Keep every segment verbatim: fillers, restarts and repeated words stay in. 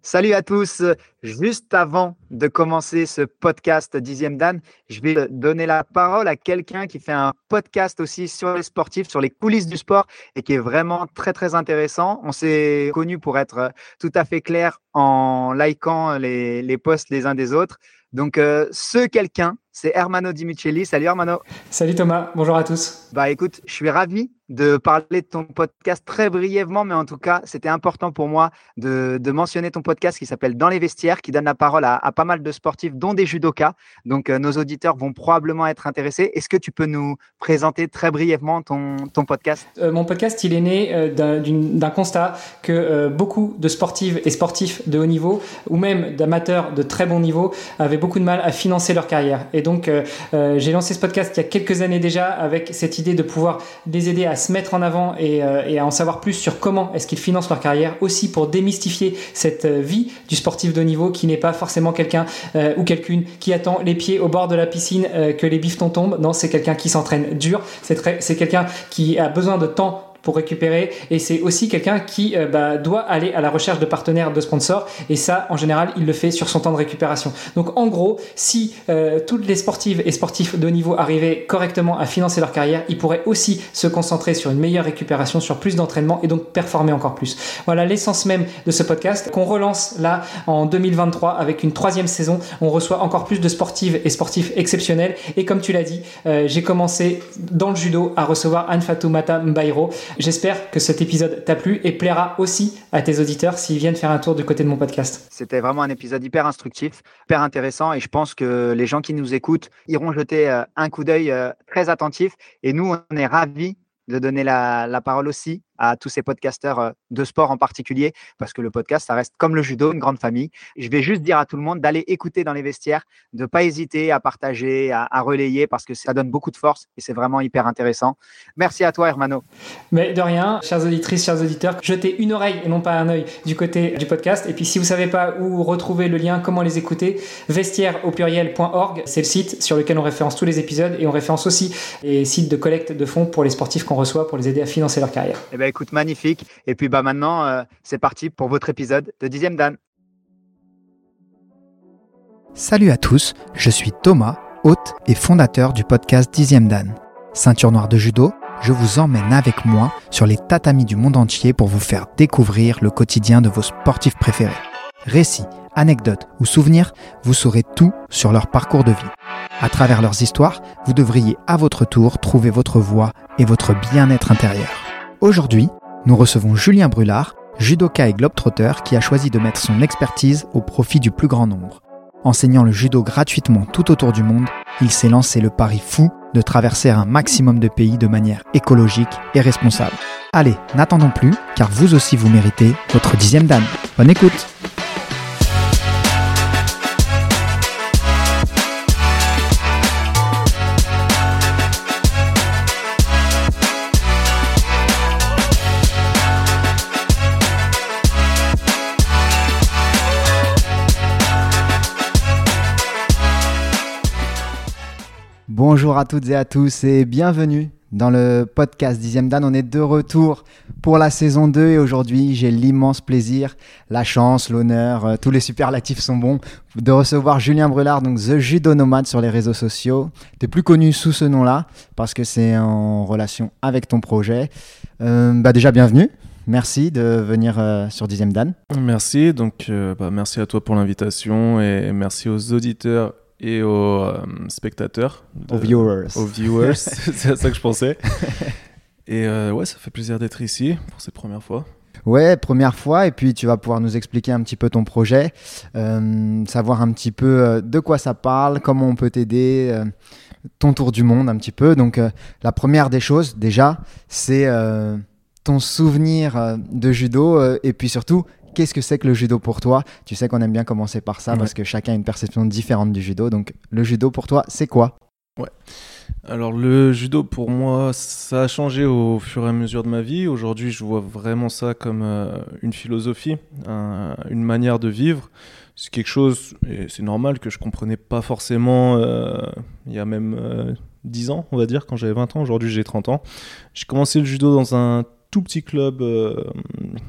Salut à tous. Juste avant de commencer ce podcast Dixième Dan, je vais donner la parole à quelqu'un qui fait un podcast aussi sur les sportifs, sur les coulisses du sport et qui est vraiment très, très intéressant. On s'est connus pour être tout à fait clair en likant les, les posts les uns des autres. Donc, euh, ce quelqu'un, c'est Hermano Di Micheli. Salut Hermano. Salut Thomas, bonjour à tous. Bah écoute, je suis ravi de parler de ton podcast très brièvement, mais en tout cas, c'était important pour moi de, de mentionner ton podcast qui s'appelle Dans les vestiaires, qui donne la parole à, à pas mal de sportifs, dont des judokas. Donc, euh, nos auditeurs vont probablement être intéressés. Est-ce que tu peux nous présenter très brièvement ton, ton podcast ? euh, Mon podcast, il est né euh, d'un, d'un constat que euh, beaucoup de sportives et sportifs de haut niveau, ou même d'amateurs de très bon niveau, avaient beaucoup de mal à financer leur carrière. Et donc, euh, euh, j'ai lancé ce podcast il y a quelques années déjà avec cette idée de pouvoir les aider à se mettre en avant et, euh, et à en savoir plus sur comment est-ce qu'ils financent leur carrière, aussi pour démystifier cette euh, vie du sportif de haut niveau qui n'est pas forcément quelqu'un euh, ou quelqu'une qui attend les pieds au bord de la piscine euh, que les bifetons tombent. Non, c'est quelqu'un qui s'entraîne dur, c'est, très, c'est quelqu'un qui a besoin de temps pour récupérer, et c'est aussi quelqu'un qui euh, bah, doit aller à la recherche de partenaires, de sponsors, et ça, en général, il le fait sur son temps de récupération. Donc, en gros, si euh, toutes les sportives et sportifs de haut niveau arrivaient correctement à financer leur carrière, ils pourraient aussi se concentrer sur une meilleure récupération, sur plus d'entraînement, et donc performer encore plus. Voilà l'essence même de ce podcast, qu'on relance là en deux mille vingt-trois avec une troisième saison. On reçoit encore plus de sportives et sportifs exceptionnels, et comme tu l'as dit, euh, j'ai commencé dans le judo à recevoir Anne-Fatoumata Mbairo. J'espère que cet épisode t'a plu et plaira aussi à tes auditeurs s'ils viennent faire un tour du côté de mon podcast. C'était vraiment un épisode hyper instructif, hyper intéressant, et je pense que les gens qui nous écoutent iront jeter un coup d'œil très attentif. Et nous, on est ravis de donner la, la parole aussi à tous ces podcasteurs de sport en particulier, parce que le podcast, ça reste comme le judo, une grande famille. Je vais juste dire à tout le monde d'aller écouter dans les vestiaires, de ne pas hésiter à partager, à, à relayer, parce que ça donne beaucoup de force et c'est vraiment hyper intéressant. Merci à toi, Hermano. Mais de rien, chères auditrices, chers auditeurs, jetez une oreille et non pas un œil du côté du podcast. Et puis, si vous ne savez pas où retrouver le lien, comment les écouter, vestiaires au pluriel point org, c'est le site sur lequel on référence tous les épisodes, et on référence aussi les sites de collecte de fonds pour les sportifs qu'on reçoit pour les aider à financer leur carrière. Eh ben, écoute, magnifique. Et puis bah, maintenant, euh, c'est parti pour votre épisode de Dixième Dan. Salut à tous, je suis Thomas, hôte et fondateur du podcast Dixième Dan. Ceinture noire de judo, je vous emmène avec moi sur les tatamis du monde entier pour vous faire découvrir le quotidien de vos sportifs préférés. Récits, anecdotes ou souvenirs, vous saurez tout sur leur parcours de vie. À travers leurs histoires, vous devriez à votre tour trouver votre voie et votre bien-être intérieur. Aujourd'hui, nous recevons Julien Brulard, judoka et globetrotter qui a choisi de mettre son expertise au profit du plus grand nombre. Enseignant le judo gratuitement tout autour du monde, il s'est lancé le pari fou de traverser un maximum de pays de manière écologique et responsable. Allez, n'attendons plus, car vous aussi vous méritez votre dixième Dan. Bonne écoute! Bonjour à toutes et à tous et bienvenue dans le podcast Dixième Dan. On est de retour pour la saison deux et aujourd'hui j'ai l'immense plaisir, la chance, l'honneur, euh, tous les superlatifs sont bons, de recevoir Julien Brulard, donc The Judo Nomad sur les réseaux sociaux. Tu es plus connu sous ce nom-là parce que c'est en relation avec ton projet. Euh, bah déjà bienvenue. Merci de venir euh, sur Dixième Dan. Merci, donc euh, bah, merci à toi pour l'invitation et merci aux auditeurs et aux euh, spectateurs. De, aux viewers. Aux viewers, c'est à ça que je pensais. Et euh, ouais, ça fait plaisir d'être ici pour cette première fois. Ouais, première fois, et puis tu vas pouvoir nous expliquer un petit peu ton projet, euh, savoir un petit peu euh, de quoi ça parle, comment on peut t'aider, euh, ton tour du monde un petit peu. Donc euh, la première des choses, déjà, c'est euh, ton souvenir euh, de judo, euh, et puis surtout, qu'est-ce que c'est que le judo pour toi ? Tu sais qu'on aime bien commencer par ça, ouais. Parce que chacun a une perception différente du judo. Donc, le judo pour toi, c'est quoi ? Ouais. Alors, le judo pour moi, ça a changé au fur et à mesure de ma vie. Aujourd'hui, je vois vraiment ça comme euh, une philosophie, un, une manière de vivre. C'est quelque chose, et c'est normal, que je comprenais pas forcément euh, il y a même euh, dix ans, on va dire, quand j'avais vingt ans. Aujourd'hui, j'ai trente ans. J'ai commencé le judo dans un tout petit club euh,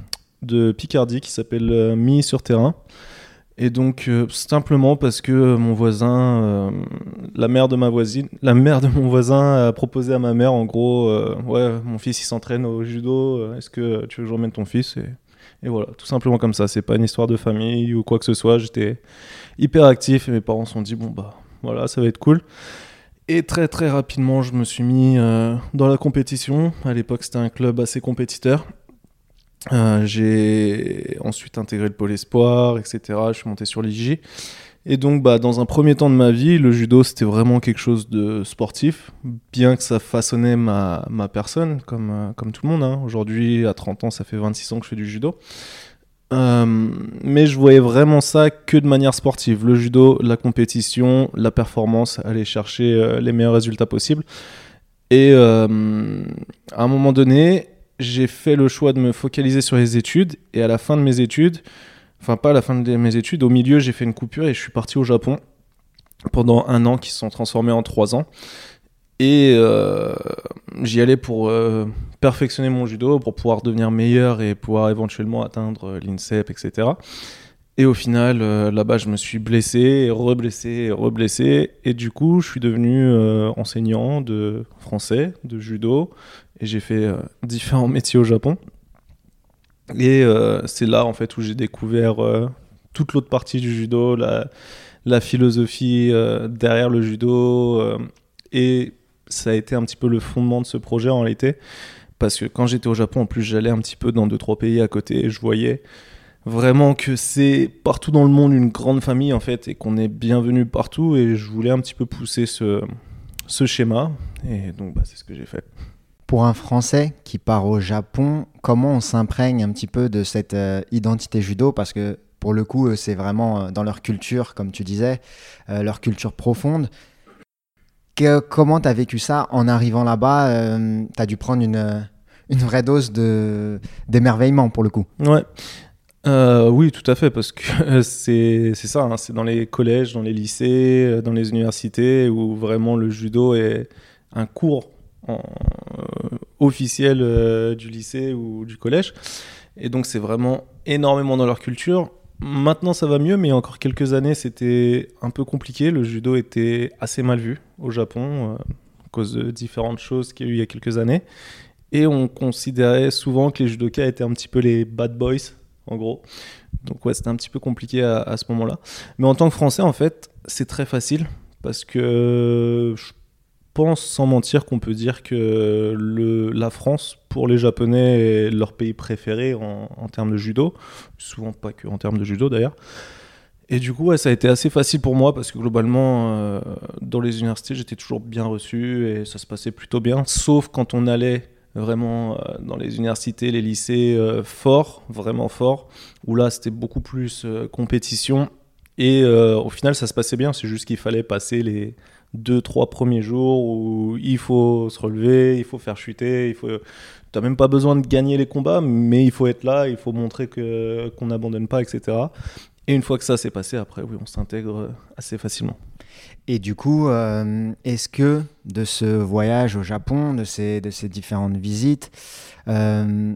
de Picardie qui s'appelle euh, Mis sur terrain. Et donc euh, simplement parce que mon voisin, euh, la mère de ma voisine, la mère de mon voisin a proposé à ma mère en gros, euh, ouais, mon fils il s'entraîne au judo, euh, est-ce que tu veux que je ramène ton fils ? et, et voilà, tout simplement comme ça. C'est pas une histoire de famille ou quoi que ce soit. J'étais hyper actif et mes parents se sont dit bon bah voilà, ça va être cool. Et très très rapidement, je me suis mis euh, dans la compétition. À l'époque, c'était un club assez compétiteur. Euh, j'ai ensuite intégré le pôle espoir, et cetera. Je suis monté sur l'I J. Et donc, bah, dans un premier temps de ma vie, le judo, c'était vraiment quelque chose de sportif, bien que ça façonnait ma, ma personne, comme, euh, comme tout le monde. Hein. Aujourd'hui, à trente ans, ça fait vingt-six ans que je fais du judo. Euh, mais je voyais vraiment ça que de manière sportive. Le judo, la compétition, la performance, aller chercher euh, les meilleurs résultats possibles. Et euh, à un moment donné, j'ai fait le choix de me focaliser sur les études. Et à la fin de mes études, enfin pas à la fin de mes études, au milieu, j'ai fait une coupure et je suis parti au Japon pendant un an qui se sont transformés en trois ans. Et euh, j'y allais pour euh, perfectionner mon judo, pour pouvoir devenir meilleur et pouvoir éventuellement atteindre l'INSEP, et cetera. Et au final, euh, là-bas, je me suis blessé, reblessé, reblessé. Et du coup, je suis devenu euh, enseignant de français, de judo. Et j'ai fait euh, différents métiers au Japon. Et euh, c'est là, en fait, où j'ai découvert euh, toute l'autre partie du judo, la, la philosophie euh, derrière le judo. Euh, et ça a été un petit peu le fondement de ce projet, en réalité. Parce que quand j'étais au Japon, en plus, j'allais un petit peu dans deux, trois pays à côté. Et je voyais vraiment que c'est partout dans le monde une grande famille, en fait, et qu'on est bienvenu partout. Et je voulais un petit peu pousser ce, ce schéma. Et donc, bah, c'est ce que j'ai fait. Pour un Français qui part au Japon, comment on s'imprègne un petit peu de cette euh, identité judo ? Parce que pour le coup, euh, c'est vraiment euh, dans leur culture, comme tu disais, euh, leur culture profonde. Que, comment tu as vécu ça en arrivant là-bas ? euh, Tu as dû prendre une, une vraie dose de, d'émerveillement pour le coup. Ouais. Euh, oui, tout à fait, parce que c'est, c'est ça, hein, c'est dans les collèges, dans les lycées, dans les universités où vraiment le judo est un cours en, euh, officiel euh, du lycée ou du collège. Et donc c'est vraiment énormément dans leur culture. Maintenant ça va mieux, mais il y a encore quelques années c'était un peu compliqué. Le judo était assez mal vu au Japon euh, à cause de différentes choses qu'il y a eu il y a quelques années. Et on considérait souvent que les judokas étaient un petit peu les bad boys, en gros. Donc ouais, c'était un petit peu compliqué à, à ce moment-là. Mais en tant que Français, en fait, c'est très facile parce que je pense, sans mentir, qu'on peut dire que le, la France, pour les Japonais, est leur pays préféré en, en termes de judo. Souvent pas que en termes de judo, d'ailleurs. Et du coup, ouais, ça a été assez facile pour moi parce que globalement, euh, dans les universités, j'étais toujours bien reçu et ça se passait plutôt bien. Sauf quand on allait vraiment euh, dans les universités, les lycées euh, forts, vraiment forts, où là c'était beaucoup plus euh, compétition et euh, au final ça se passait bien, c'est juste qu'il fallait passer les deux, trois premiers jours où il faut se relever, il faut faire chuter, il faut... t'as même pas besoin de gagner les combats, mais il faut être là, il faut montrer que, qu'on n'abandonne pas, et cetera. Et une fois que ça s'est passé, après oui, on s'intègre assez facilement. Et du coup, euh, est-ce que de ce voyage au Japon, de ces, de ces différentes visites, euh,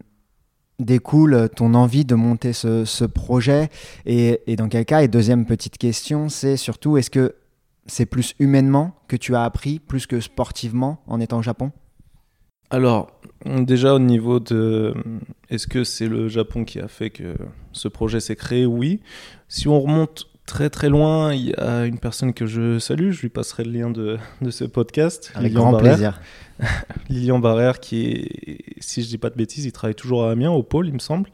découle ton envie de monter ce, ce projet et, et dans quel cas ? Et deuxième petite question, c'est surtout, est-ce que c'est plus humainement que tu as appris, plus que sportivement en étant au Japon ? Alors, déjà au niveau de... Est-ce que c'est le Japon qui a fait que ce projet s'est créé ? Oui. Si on remonte très très loin, il y a une personne que je salue, je lui passerai le lien de, de ce podcast. Avec Lilian grand Barrère. plaisir. Lilian Barrère, qui est, si je dis pas de bêtises, il travaille toujours à Amiens, au pôle, il me semble.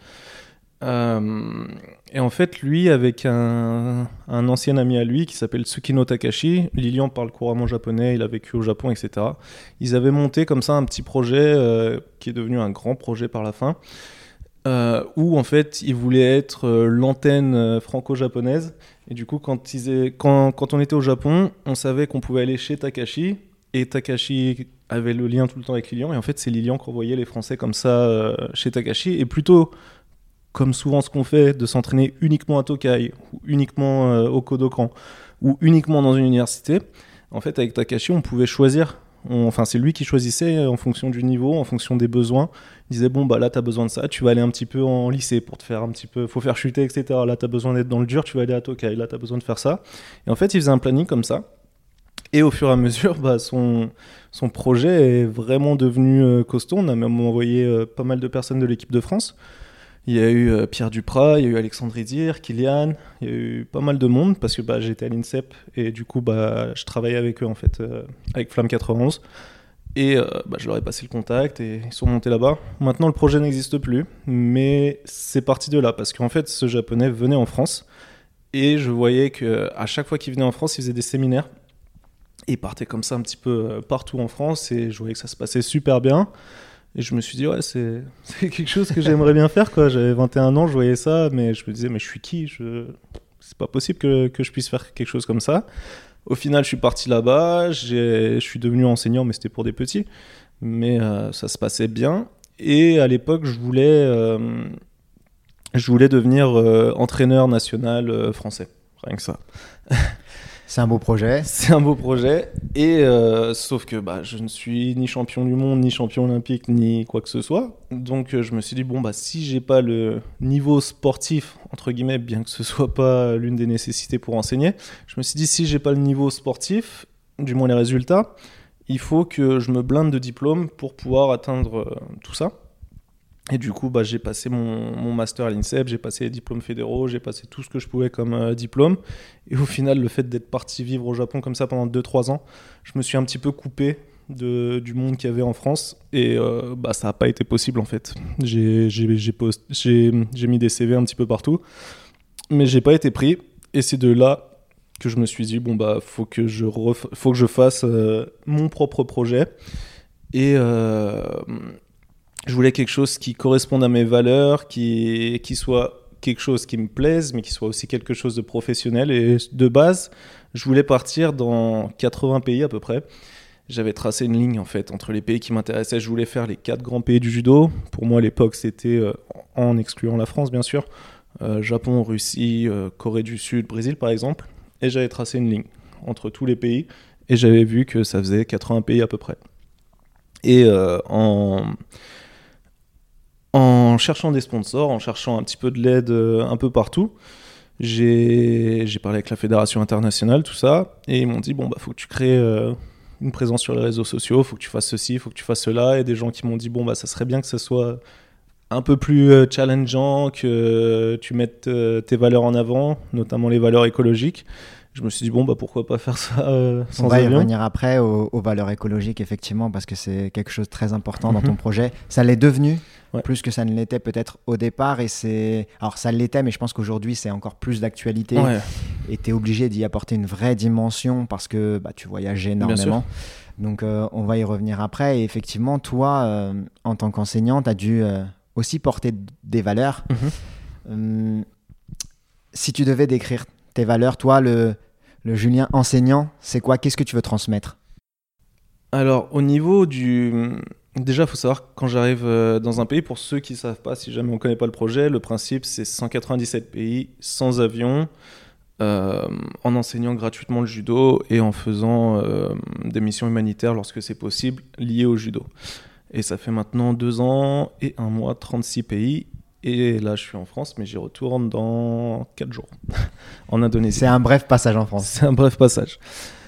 Euh, et en fait, lui, avec un, un ancien ami à lui qui s'appelle Tsukino Takashi, Lilian parle couramment japonais, il a vécu au Japon, et cetera. Ils avaient monté comme ça un petit projet euh, qui est devenu un grand projet par la fin, euh, où en fait, ils voulaient être euh, l'antenne euh, franco-japonaise. Et du coup, quand, ils aient, quand, quand on était au Japon, on savait qu'on pouvait aller chez Takashi, et Takashi avait le lien tout le temps avec Lilian, et en fait, c'est Lilian qui envoyait les Français comme ça euh, chez Takashi, et plutôt... comme souvent ce qu'on fait, de s'entraîner uniquement à Tokai, ou uniquement euh, au Kodokan, ou uniquement dans une université, en fait, avec Takashi, on pouvait choisir On, enfin, c'est lui qui choisissait en fonction du niveau, en fonction des besoins. Il disait, bon, bah là, tu as besoin de ça, tu vas aller un petit peu en lycée pour te faire un petit peu, faut faire chuter, et cetera. Là, tu as besoin d'être dans le dur, tu vas aller à Tokai. Là, tu as besoin de faire ça. Et en fait, il faisait un planning comme ça. Et au fur et à mesure, bah, son, son projet est vraiment devenu euh, costaud. On a même envoyé euh, pas mal de personnes de l'équipe de France. Il y a eu euh, Pierre Duprat, il y a eu Alexandre Idir, Kylian, il y a eu pas mal de monde parce que bah, j'étais à l'INSEP et du coup bah, je travaillais avec eux en fait, euh, avec Flamme quatre-vingt-onze. Et euh, bah, je leur ai passé le contact et ils sont montés là-bas. Maintenant le projet n'existe plus, mais c'est parti de là parce qu'en fait ce japonais venait en France et je voyais qu'à chaque fois qu'il venait en France, il faisait des séminaires. Et il partait comme ça un petit peu partout en France et je voyais que ça se passait super bien. Et je me suis dit, ouais, c'est, c'est quelque chose que j'aimerais bien faire, quoi. J'avais vingt et un ans, je voyais ça, mais je me disais, mais je suis qui je... C'est pas possible que, que je puisse faire quelque chose comme ça. Au final, je suis parti là-bas, j'ai... je suis devenu enseignant, mais c'était pour des petits. Mais euh, ça se passait bien. Et à l'époque, je voulais, euh, je voulais devenir euh, entraîneur national euh, français. Rien que ça. C'est un beau projet. C'est un beau projet, et euh, sauf que bah, je ne suis ni champion du monde, ni champion olympique, ni quoi que ce soit. Donc euh, je me suis dit, bon, bah, si j'ai pas le niveau sportif, entre guillemets, bien que ce soit pas l'une des nécessités pour enseigner, je me suis dit, si j'ai pas le niveau sportif, du moins les résultats, il faut que je me blinde de diplômes pour pouvoir atteindre euh, tout ça. Et du coup, bah, j'ai passé mon, mon master à l'INSEP, j'ai passé les diplômes fédéraux, j'ai passé tout ce que je pouvais comme euh, diplôme. Et au final, le fait d'être parti vivre au Japon comme ça pendant deux trois ans, je me suis un petit peu coupé de, du monde qu'il y avait en France. Et euh, bah, ça n'a pas été possible en fait. J'ai, j'ai, j'ai, post, j'ai, j'ai mis des C V un petit peu partout, mais j'ai pas été pris. Et c'est de là que je me suis dit, bon, bah, faut que je, ref... faut que je fasse euh, mon propre projet. Et... Euh... Je voulais quelque chose qui corresponde à mes valeurs, qui, qui soit quelque chose qui me plaise, mais qui soit aussi quelque chose de professionnel. Et de base, je voulais partir dans quatre-vingts pays à peu près. J'avais tracé une ligne en fait entre les pays qui m'intéressaient. Je voulais faire les quatre grands pays du judo. Pour moi, à l'époque, c'était euh, en excluant la France, bien sûr. Euh, Japon, Russie, euh, Corée du Sud, Brésil, par exemple. Et j'avais tracé une ligne entre tous les pays. Et j'avais vu que ça faisait quatre-vingts pays à peu près. Et euh, en... En cherchant des sponsors, en cherchant un petit peu de l'aide euh, un peu partout, j'ai, j'ai parlé avec la Fédération internationale, tout ça, et ils m'ont dit, bon, bah, faut que tu crées euh, une présence sur les réseaux sociaux, faut que tu fasses ceci, faut que tu fasses cela, et des gens qui m'ont dit, bon, bah, ça serait bien que ça soit un peu plus euh, challengeant, que tu mettes euh, tes valeurs en avant, notamment les valeurs écologiques. Je me suis dit, bon, bah, pourquoi pas faire ça euh, sans On va y avion. revenir après aux, aux valeurs écologiques, effectivement, parce que c'est quelque chose de très important dans ton projet. Ça l'est devenu, ouais. Plus que ça ne l'était peut-être au départ. Et c'est... Alors, ça l'était, mais je pense qu'aujourd'hui, c'est encore plus d'actualité. Ouais. Et tu es obligé d'y apporter une vraie dimension parce que bah, tu voyages énormément. Donc, euh, on va y revenir après. Et effectivement, toi, euh, en tant qu'enseignant, tu as dû euh, aussi porter des valeurs. Mm-hmm. Euh, si tu devais décrire tes valeurs, toi, le... Le Julien enseignant, c'est quoi ? Qu'est-ce que tu veux transmettre ? Alors, au niveau du... Déjà, il faut savoir que quand j'arrive dans un pays, pour ceux qui ne savent pas, si jamais on ne connaît pas le projet, le principe, c'est cent quatre-vingt-dix-sept pays sans avion, euh, en enseignant gratuitement le judo et en faisant euh, des missions humanitaires lorsque c'est possible, liées au judo. Et ça fait maintenant deux ans et un mois, trente-six pays. Et là, je suis en France, mais j'y retourne dans quatre jours, en Indonésie. C'est un bref passage en France. C'est un bref passage.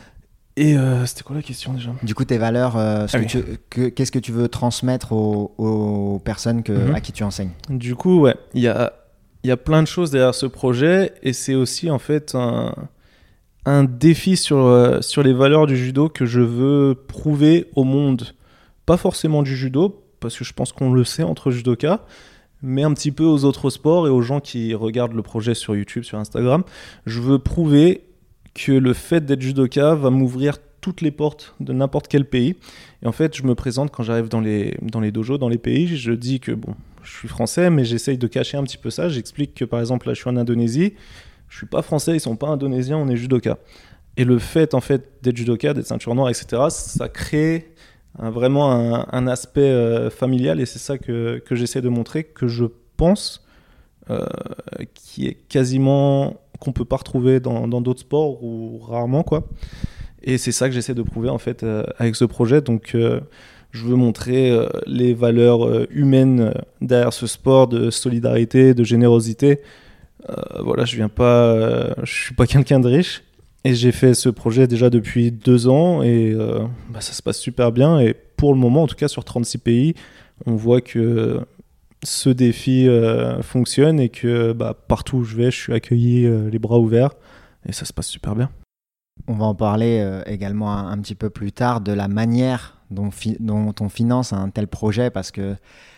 Et euh, c'était quoi la question déjà ? Du coup, tes valeurs, euh, ce ah que oui. tu, que, qu'est-ce que tu veux transmettre aux, aux personnes que, mm-hmm. à qui tu enseignes ? Du coup, ouais, il y a, y a plein de choses derrière ce projet, et c'est aussi en fait un, un défi sur, euh, sur les valeurs du judo que je veux prouver au monde. Pas forcément du judo, parce que je pense qu'on le sait entre judokas, mais un petit peu aux autres sports et aux gens qui regardent le projet sur YouTube, sur Instagram. Je veux prouver que le fait d'être judoka va m'ouvrir toutes les portes de n'importe quel pays. Et en fait, je me présente quand j'arrive dans les, dans les dojos, dans les pays, je dis que bon, je suis français, mais j'essaye de cacher un petit peu ça. J'explique que par exemple, là, je suis en Indonésie, je suis pas français, ils sont pas indonésiens, on est judoka. Et le fait, en fait, d'être judoka, d'être ceinture noire, et cetera, ça crée... Un, vraiment un, un aspect euh, familial, et c'est ça que, que j'essaie de montrer, que je pense euh, qui est quasiment qu'on peut pas retrouver dans, dans d'autres sports ou rarement quoi. Et c'est ça que j'essaie de prouver en fait euh, avec ce projet. Donc euh, je veux montrer euh, les valeurs euh, humaines euh, derrière ce sport, de solidarité, de générosité. Euh, voilà, je viens pas, euh, je suis pas quelqu'un de riche. Et j'ai fait ce projet déjà depuis deux ans et euh, bah, ça se passe super bien. Et pour le moment, en tout cas sur trente-six pays, on voit que ce défi euh, fonctionne et que bah, partout où je vais, je suis accueilli euh, les bras ouverts et ça se passe super bien. On va en parler euh, également un, un petit peu plus tard de la manière dont, fi- dont on finance un tel projet parce que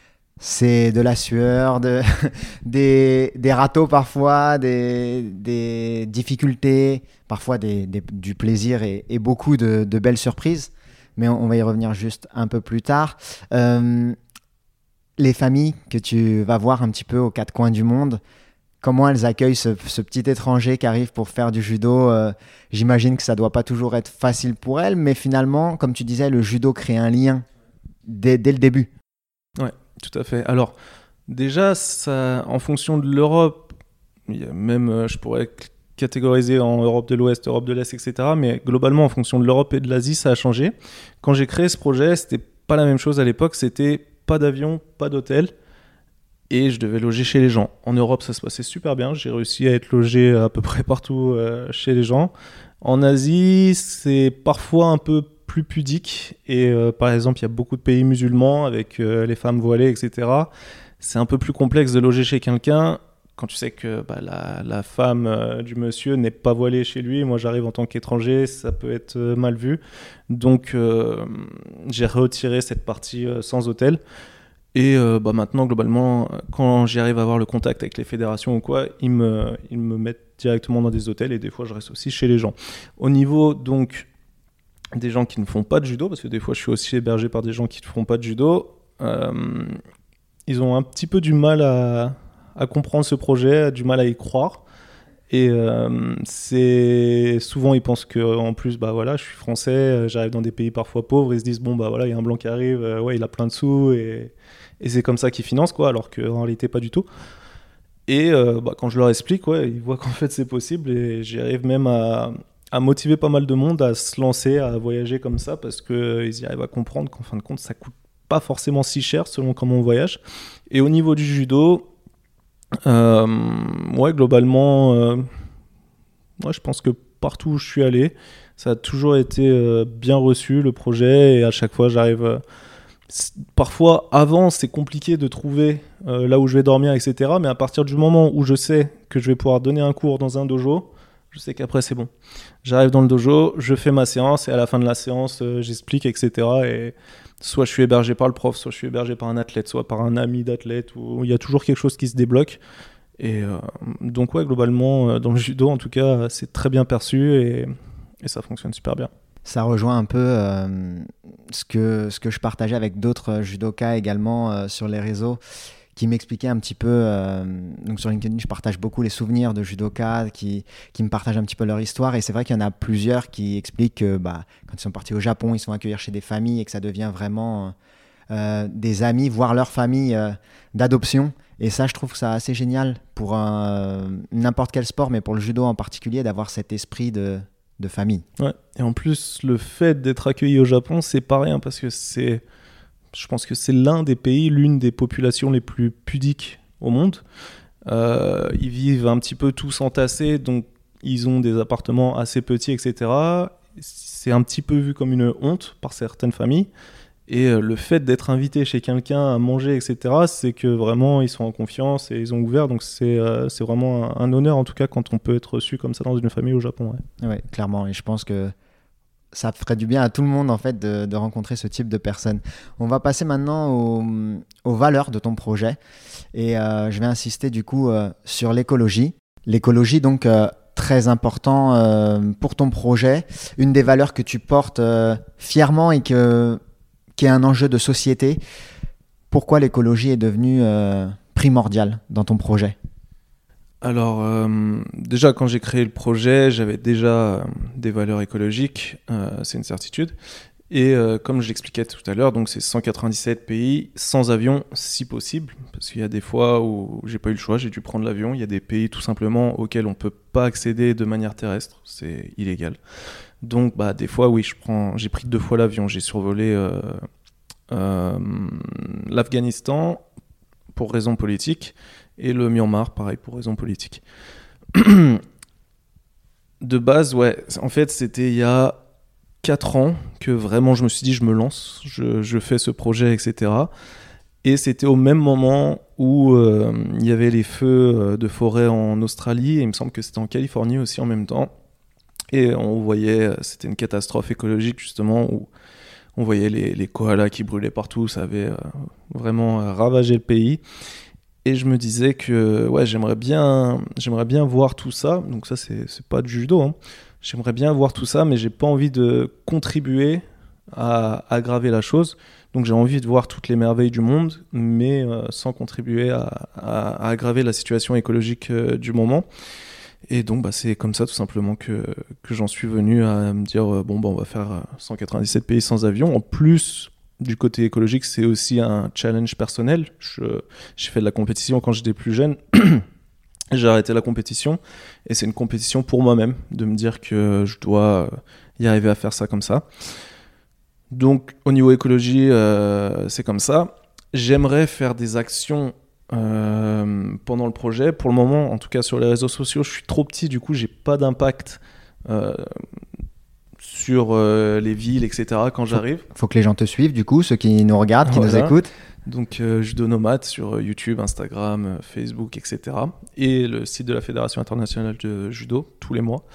c'est de la sueur, de, des, des râteaux parfois, des, des difficultés, parfois des, des, du plaisir et, et beaucoup de, de belles surprises. Mais on, on va y revenir juste un peu plus tard. Euh, les familles que tu vas voir un petit peu aux quatre coins du monde, comment elles accueillent ce, ce petit étranger qui arrive pour faire du judo euh, j'imagine que ça ne doit pas toujours être facile pour elles, mais finalement, comme tu disais, le judo crée un lien dès, dès le début. Ouais. Tout à fait. Alors, déjà, ça, en fonction de l'Europe, il y a même, euh, je pourrais catégoriser en Europe de l'Ouest, Europe de l'Est, et cetera. Mais globalement, en fonction de l'Europe et de l'Asie, ça a changé. Quand j'ai créé ce projet, c'était pas la même chose à l'époque. C'était pas d'avion, pas d'hôtel. Et je devais loger chez les gens. En Europe, ça se passait super bien. J'ai réussi à être logé à peu près partout euh, chez les gens. En Asie, c'est parfois un peu plus pudique et euh, par exemple il y a beaucoup de pays musulmans avec euh, les femmes voilées, etc. C'est un peu plus complexe de loger chez quelqu'un quand tu sais que bah, la, la femme euh, du monsieur n'est pas voilée chez lui. Moi j'arrive en tant qu'étranger, ça peut être euh, mal vu, donc euh, j'ai retiré cette partie euh, sans hôtel et euh, bah, maintenant globalement quand j'arrive à avoir le contact avec les fédérations ou quoi, ils me, ils me mettent directement dans des hôtels et des fois je reste aussi chez les gens. Au niveau donc des gens qui ne font pas de judo, parce que des fois je suis aussi hébergé par des gens qui ne font pas de judo, euh, ils ont un petit peu du mal à, à comprendre ce projet, du mal à y croire. Et euh, c'est souvent ils pensent que en plus bah voilà je suis français, j'arrive dans des pays parfois pauvres, ils se disent bon bah voilà il y a un blanc qui arrive, euh, ouais il a plein de sous et, et c'est comme ça qu'ils financent quoi, alors qu'en réalité pas du tout. Et euh, bah, quand je leur explique, ouais, ils voient qu'en fait c'est possible et j'y arrive même à à motiver pas mal de monde à se lancer, à voyager comme ça, parce qu'ils euh, y arrivent à comprendre qu'en fin de compte, ça coûte pas forcément si cher selon comment on voyage. Et au niveau du judo, euh, ouais, globalement, euh, ouais, je pense que partout où je suis allé, ça a toujours été euh, bien reçu, le projet, et à chaque fois, j'arrive... Euh, parfois, avant, c'est compliqué de trouver euh, là où je vais dormir, et cetera. Mais à partir du moment où je sais que je vais pouvoir donner un cours dans un dojo, je sais qu'après c'est bon. J'arrive dans le dojo, je fais ma séance et à la fin de la séance, euh, j'explique, et cetera. Et soit je suis hébergé par le prof, soit je suis hébergé par un athlète, soit par un ami d'athlète. Où il y a toujours quelque chose qui se débloque. Et euh, donc ouais, globalement, euh, dans le judo, en tout cas, c'est très bien perçu et, et ça fonctionne super bien. Ça rejoint un peu euh, ce, que, ce que je partageais avec d'autres judokas également euh, sur les réseaux, qui m'expliquaient un petit peu, euh, donc sur LinkedIn, je partage beaucoup les souvenirs de judokas qui, qui me partagent un petit peu leur histoire. Et c'est vrai qu'il y en a plusieurs qui expliquent que bah, quand ils sont partis au Japon, ils sont accueillis chez des familles et que ça devient vraiment euh, des amis, voire leur famille euh, d'adoption. Et ça, je trouve que c'est assez génial pour un, n'importe quel sport, mais pour le judo en particulier, d'avoir cet esprit de, de famille. Ouais. Et en plus, le fait d'être accueilli au Japon, c'est pas rien parce que c'est... Je pense que c'est l'un des pays, l'une des populations les plus pudiques au monde. Euh, ils vivent un petit peu tous entassés, donc ils ont des appartements assez petits, et cetera. C'est un petit peu vu comme une honte par certaines familles. Et euh, le fait d'être invité chez quelqu'un à manger, et cetera, c'est que vraiment ils sont en confiance et ils ont ouvert. Donc c'est, euh, c'est vraiment un, un honneur, en tout cas, quand on peut être reçu comme ça dans une famille au Japon. Ouais, ouais, clairement. Et je pense que ça ferait du bien à tout le monde en fait de, de rencontrer ce type de personnes. On va passer maintenant aux, aux valeurs de ton projet et euh, je vais insister du coup euh, sur l'écologie. L'écologie donc euh, très important euh, pour ton projet, une des valeurs que tu portes euh, fièrement et que, qui est un enjeu de société. Pourquoi l'écologie est devenue euh, primordiale dans ton projet ? Alors, euh, déjà, quand j'ai créé le projet, j'avais déjà euh, des valeurs écologiques, euh, c'est une certitude. Et euh, comme je l'expliquais tout à l'heure, donc c'est cent quatre-vingt-dix-sept pays sans avion si possible, parce qu'il y a des fois où j'ai pas eu le choix, j'ai dû prendre l'avion. Il y a des pays tout simplement auxquels on peut pas accéder de manière terrestre, c'est illégal. Donc bah des fois oui, je prends, j'ai pris deux fois l'avion, j'ai survolé euh, euh, l'Afghanistan pour raisons politiques et le Myanmar pareil pour raisons politiques. De base ouais, en fait c'était il y a quatre ans que vraiment je me suis dit je me lance, je, je fais ce projet, et cetera. Et c'était au même moment où euh, il y avait les feux de forêt en Australie, et il me semble que c'était en Californie aussi en même temps. Et on voyait, c'était une catastrophe écologique justement, où on voyait les, les koalas qui brûlaient partout, ça avait euh, vraiment ravagé le pays. Et je me disais que ouais, j'aimerais bien, j'aimerais bien voir tout ça, donc ça c'est, c'est pas du judo, hein. J'aimerais bien voir tout ça, mais j'ai pas envie de contribuer à aggraver la chose. Donc j'ai envie de voir toutes les merveilles du monde, mais euh, sans contribuer à, à, à aggraver la situation écologique euh, du moment. Et donc bah, c'est comme ça tout simplement que, que j'en suis venu à me dire euh, bon bah, on va faire cent quatre-vingt-dix-sept pays sans avion. En plus du côté écologique, c'est aussi un challenge personnel. Je, j'ai fait de la compétition quand j'étais plus jeune. J'ai arrêté la compétition et c'est une compétition pour moi-même de me dire que je dois y arriver à faire ça comme ça. Donc au niveau écologie, euh, c'est comme ça. J'aimerais faire des actions euh, pendant le projet. Pour le moment, en tout cas sur les réseaux sociaux, je suis trop petit, du coup j'ai pas d'impact euh, sur euh, les villes, et cetera quand j'arrive. Faut que les gens te suivent, du coup, ceux qui nous regardent, qui voilà. nous écoutent. Donc euh, Judo Nomade sur YouTube, Instagram, Facebook, et cetera. Et le site de la Fédération internationale de judo tous les mois.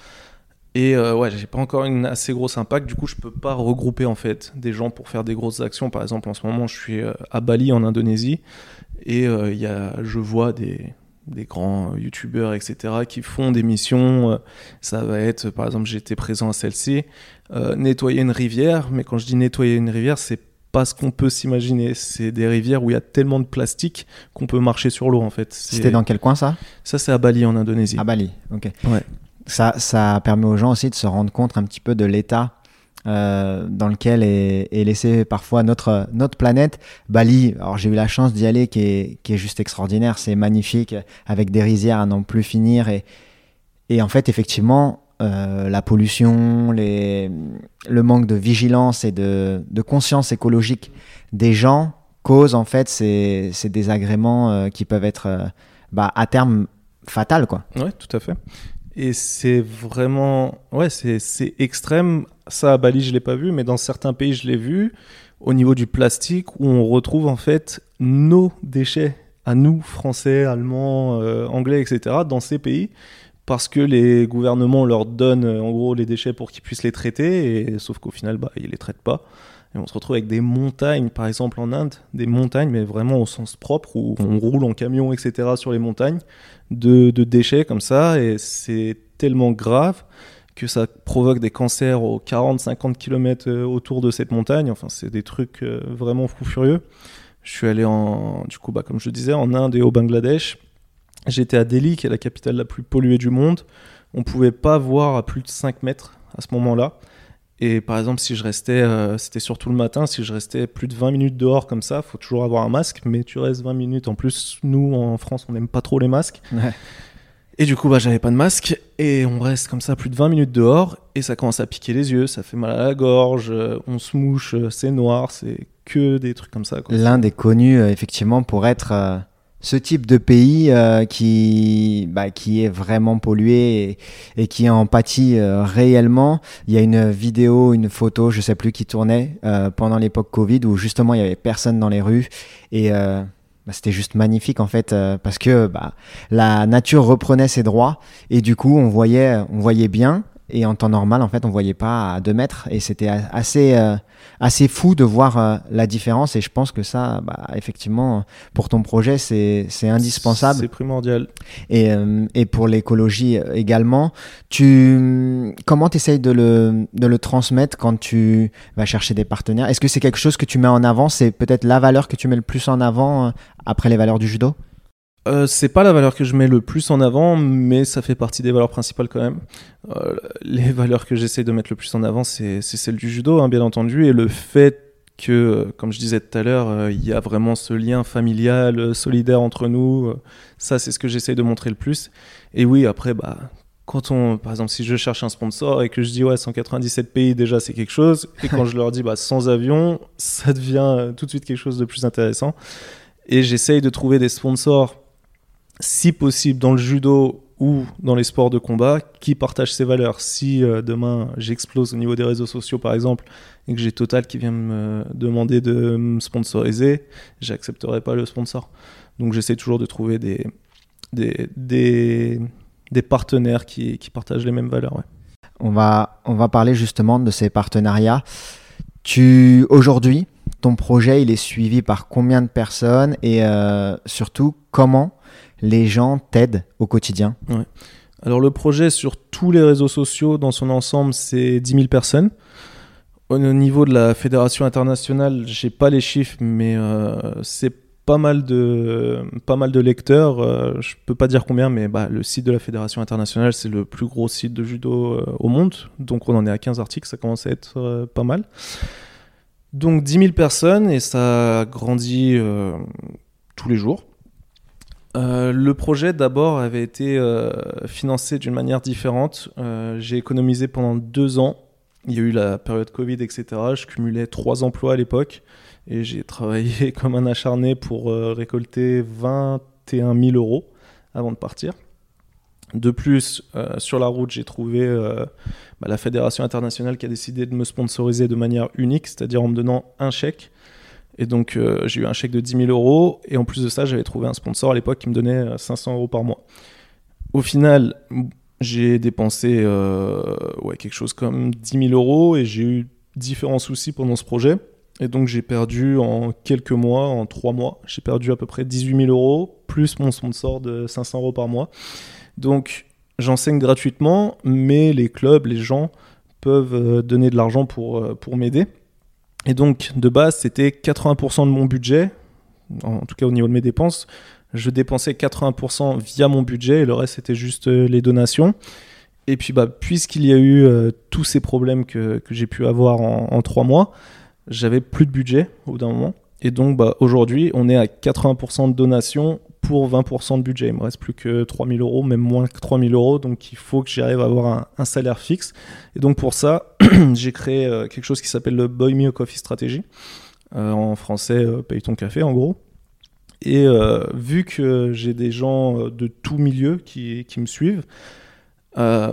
Et euh, ouais, j'ai pas encore une assez grosse impact. Du coup, je peux pas regrouper en fait des gens pour faire des grosses actions. Par exemple, en ce moment, je suis à Bali en Indonésie et euh, y a, je vois des des grands youtubeurs, et cetera, qui font des missions. Ça va être, par exemple, j'étais présent à celle-ci, euh, nettoyer une rivière. Mais quand je dis nettoyer une rivière, c'est pas ce qu'on peut s'imaginer. C'est des rivières où il y a tellement de plastique qu'on peut marcher sur l'eau en fait. C'est... C'était dans quel coin ça ? Ça c'est à Bali en Indonésie. À Bali, ok. Ouais. Ça, ça permet aux gens aussi de se rendre compte un petit peu de l'état euh, dans lequel est, est laissée parfois notre, notre planète. Bali, alors j'ai eu la chance d'y aller qui est, qui est juste extraordinaire. C'est magnifique avec des rizières à n'en plus finir et, et en fait effectivement Euh, la pollution, les, le manque de vigilance et de, de conscience écologique des gens cause en fait ces, ces désagréments euh, qui peuvent être euh, bah, à terme fatals, quoi. Ouais, tout à fait. Et c'est vraiment, ouais, c'est, c'est extrême. Ça à Bali je l'ai pas vu, mais dans certains pays je l'ai vu. Au niveau du plastique, où on retrouve en fait nos déchets à nous, Français, Allemands, euh, Anglais, et cetera, dans ces pays. Parce que les gouvernements leur donnent en gros les déchets pour qu'ils puissent les traiter, et, sauf qu'au final, bah, ils ne les traitent pas. Et on se retrouve avec des montagnes, par exemple en Inde, des montagnes, mais vraiment au sens propre, où on roule en camion, et cetera, sur les montagnes, de, de déchets comme ça, et c'est tellement grave que ça provoque des cancers aux quarante à cinquante kilomètres autour de cette montagne. Enfin, c'est des trucs vraiment fous furieux. Je suis allé, en, du coup, bah, comme je le disais, en Inde et au Bangladesh. J'étais à Delhi, qui est la capitale la plus polluée du monde. On ne pouvait pas voir à plus de cinq mètres à ce moment-là. Et par exemple, si je restais, euh, c'était surtout le matin, si je restais plus de vingt minutes dehors comme ça, il faut toujours avoir un masque, mais tu restes vingt minutes. En plus, nous, en France, on n'aime pas trop les masques. Ouais. Et du coup, bah, j'avais pas de masque. Et on reste comme ça plus de vingt minutes dehors. Et ça commence à piquer les yeux, ça fait mal à la gorge, on se mouche, c'est noir, c'est que des trucs comme ça, quoi. L'Inde est connue, euh, effectivement, pour être... Euh... ce type de pays euh, qui, bah, qui est vraiment pollué et, et qui en pâtit euh, réellement. Il y a une vidéo, une photo, je ne sais plus, qui tournait euh, pendant l'époque Covid où justement il n'y avait personne dans les rues et euh, bah, c'était juste magnifique en fait euh, parce que bah, la nature reprenait ses droits et du coup on voyait, on voyait bien. Et en temps normal, en fait, on voyait pas à deux mètres. Et c'était assez, euh, assez fou de voir euh, la différence. Et je pense que ça, bah, effectivement, pour ton projet, c'est, c'est indispensable. C'est primordial. Et, euh, et pour l'écologie également. Tu, comment tu essayes de le, de le transmettre quand tu vas chercher des partenaires ? Est-ce que c'est quelque chose que tu mets en avant ? C'est peut-être la valeur que tu mets le plus en avant euh, après les valeurs du judo ? Euh, c'est pas la valeur que je mets le plus en avant, mais ça fait partie des valeurs principales quand même. Euh, les valeurs que j'essaie de mettre le plus en avant, c'est, c'est celle du judo, hein, bien entendu, et le fait que, comme je disais tout à l'heure, euh, il y a vraiment ce lien familial, euh, solidaire entre nous. Euh, ça, c'est ce que j'essaie de montrer le plus. Et oui, après, bah, quand on, par exemple, si je cherche un sponsor et que je dis ouais, cent quatre-vingt-dix-sept pays, déjà, c'est quelque chose. Et quand je leur dis bah, sans avion, ça devient euh, tout de suite quelque chose de plus intéressant. Et j'essaye de trouver des sponsors, si possible dans le judo ou dans les sports de combat, qui partagent ces valeurs. Si euh, demain j'explose au niveau des réseaux sociaux par exemple et que j'ai Total qui vient me demander de me sponsoriser, j'accepterai pas le sponsor. Donc j'essaie toujours de trouver des, des, des, des partenaires qui, qui partagent les mêmes valeurs. Ouais. On va, on va parler justement de ces partenariats. Tu, aujourd'hui, ton projet il est suivi par combien de personnes et euh, surtout comment les gens t'aident au quotidien? Ouais. Alors le projet sur tous les réseaux sociaux dans son ensemble, c'est dix mille personnes. Au niveau de la fédération internationale, j'ai pas les chiffres, mais euh, c'est pas mal de, pas mal de lecteurs. Euh, je peux pas dire combien, mais bah, le site de la fédération internationale, c'est le plus gros site de judo euh, au monde. Donc on en est à quinze articles, ça commence à être euh, pas mal. Donc dix mille personnes et ça grandit euh, tous les jours. Euh, le projet d'abord avait été euh, financé d'une manière différente. Euh, j'ai économisé pendant deux ans. Il y a eu la période Covid, et cetera. Je cumulais trois emplois à l'époque et j'ai travaillé comme un acharné pour euh, récolter vingt et un mille euros avant de partir. De plus, euh, sur la route, j'ai trouvé euh, bah, la fédération internationale qui a décidé de me sponsoriser de manière unique, c'est-à-dire en me donnant un chèque. Et donc, euh, j'ai eu un chèque de dix mille euros. Et en plus de ça, j'avais trouvé un sponsor à l'époque qui me donnait cinq cents euros par mois. Au final, j'ai dépensé euh, ouais, quelque chose comme dix mille euros et j'ai eu différents soucis pendant ce projet. Et donc, j'ai perdu en quelques mois, en trois mois, j'ai perdu à peu près dix-huit mille euros, plus mon sponsor de cinq cents euros par mois. Donc, j'enseigne gratuitement, mais les clubs, les gens peuvent donner de l'argent pour, pour m'aider. Et donc, de base, c'était quatre-vingts pour cent de mon budget, en tout cas au niveau de mes dépenses. Je dépensais quatre-vingts pour cent via mon budget et le reste, c'était juste les donations. Et puis, bah, puisqu'il y a eu euh, tous ces problèmes que, que j'ai pu avoir en, en trois mois, j'avais plus de budget au bout d'un moment. Et donc, bah, aujourd'hui, on est à quatre-vingts pour cent de donations pour vingt pour cent de budget. Il me reste plus que trois mille euros, même moins que trois mille euros. Donc, il faut que j'arrive à avoir un, un salaire fixe. Et donc, pour ça, j'ai créé euh, quelque chose qui s'appelle le Buy Me a Coffee Strategy. Euh, en français, euh, paye ton café, en gros. Et euh, vu que j'ai des gens de tout milieu qui, qui me suivent, euh,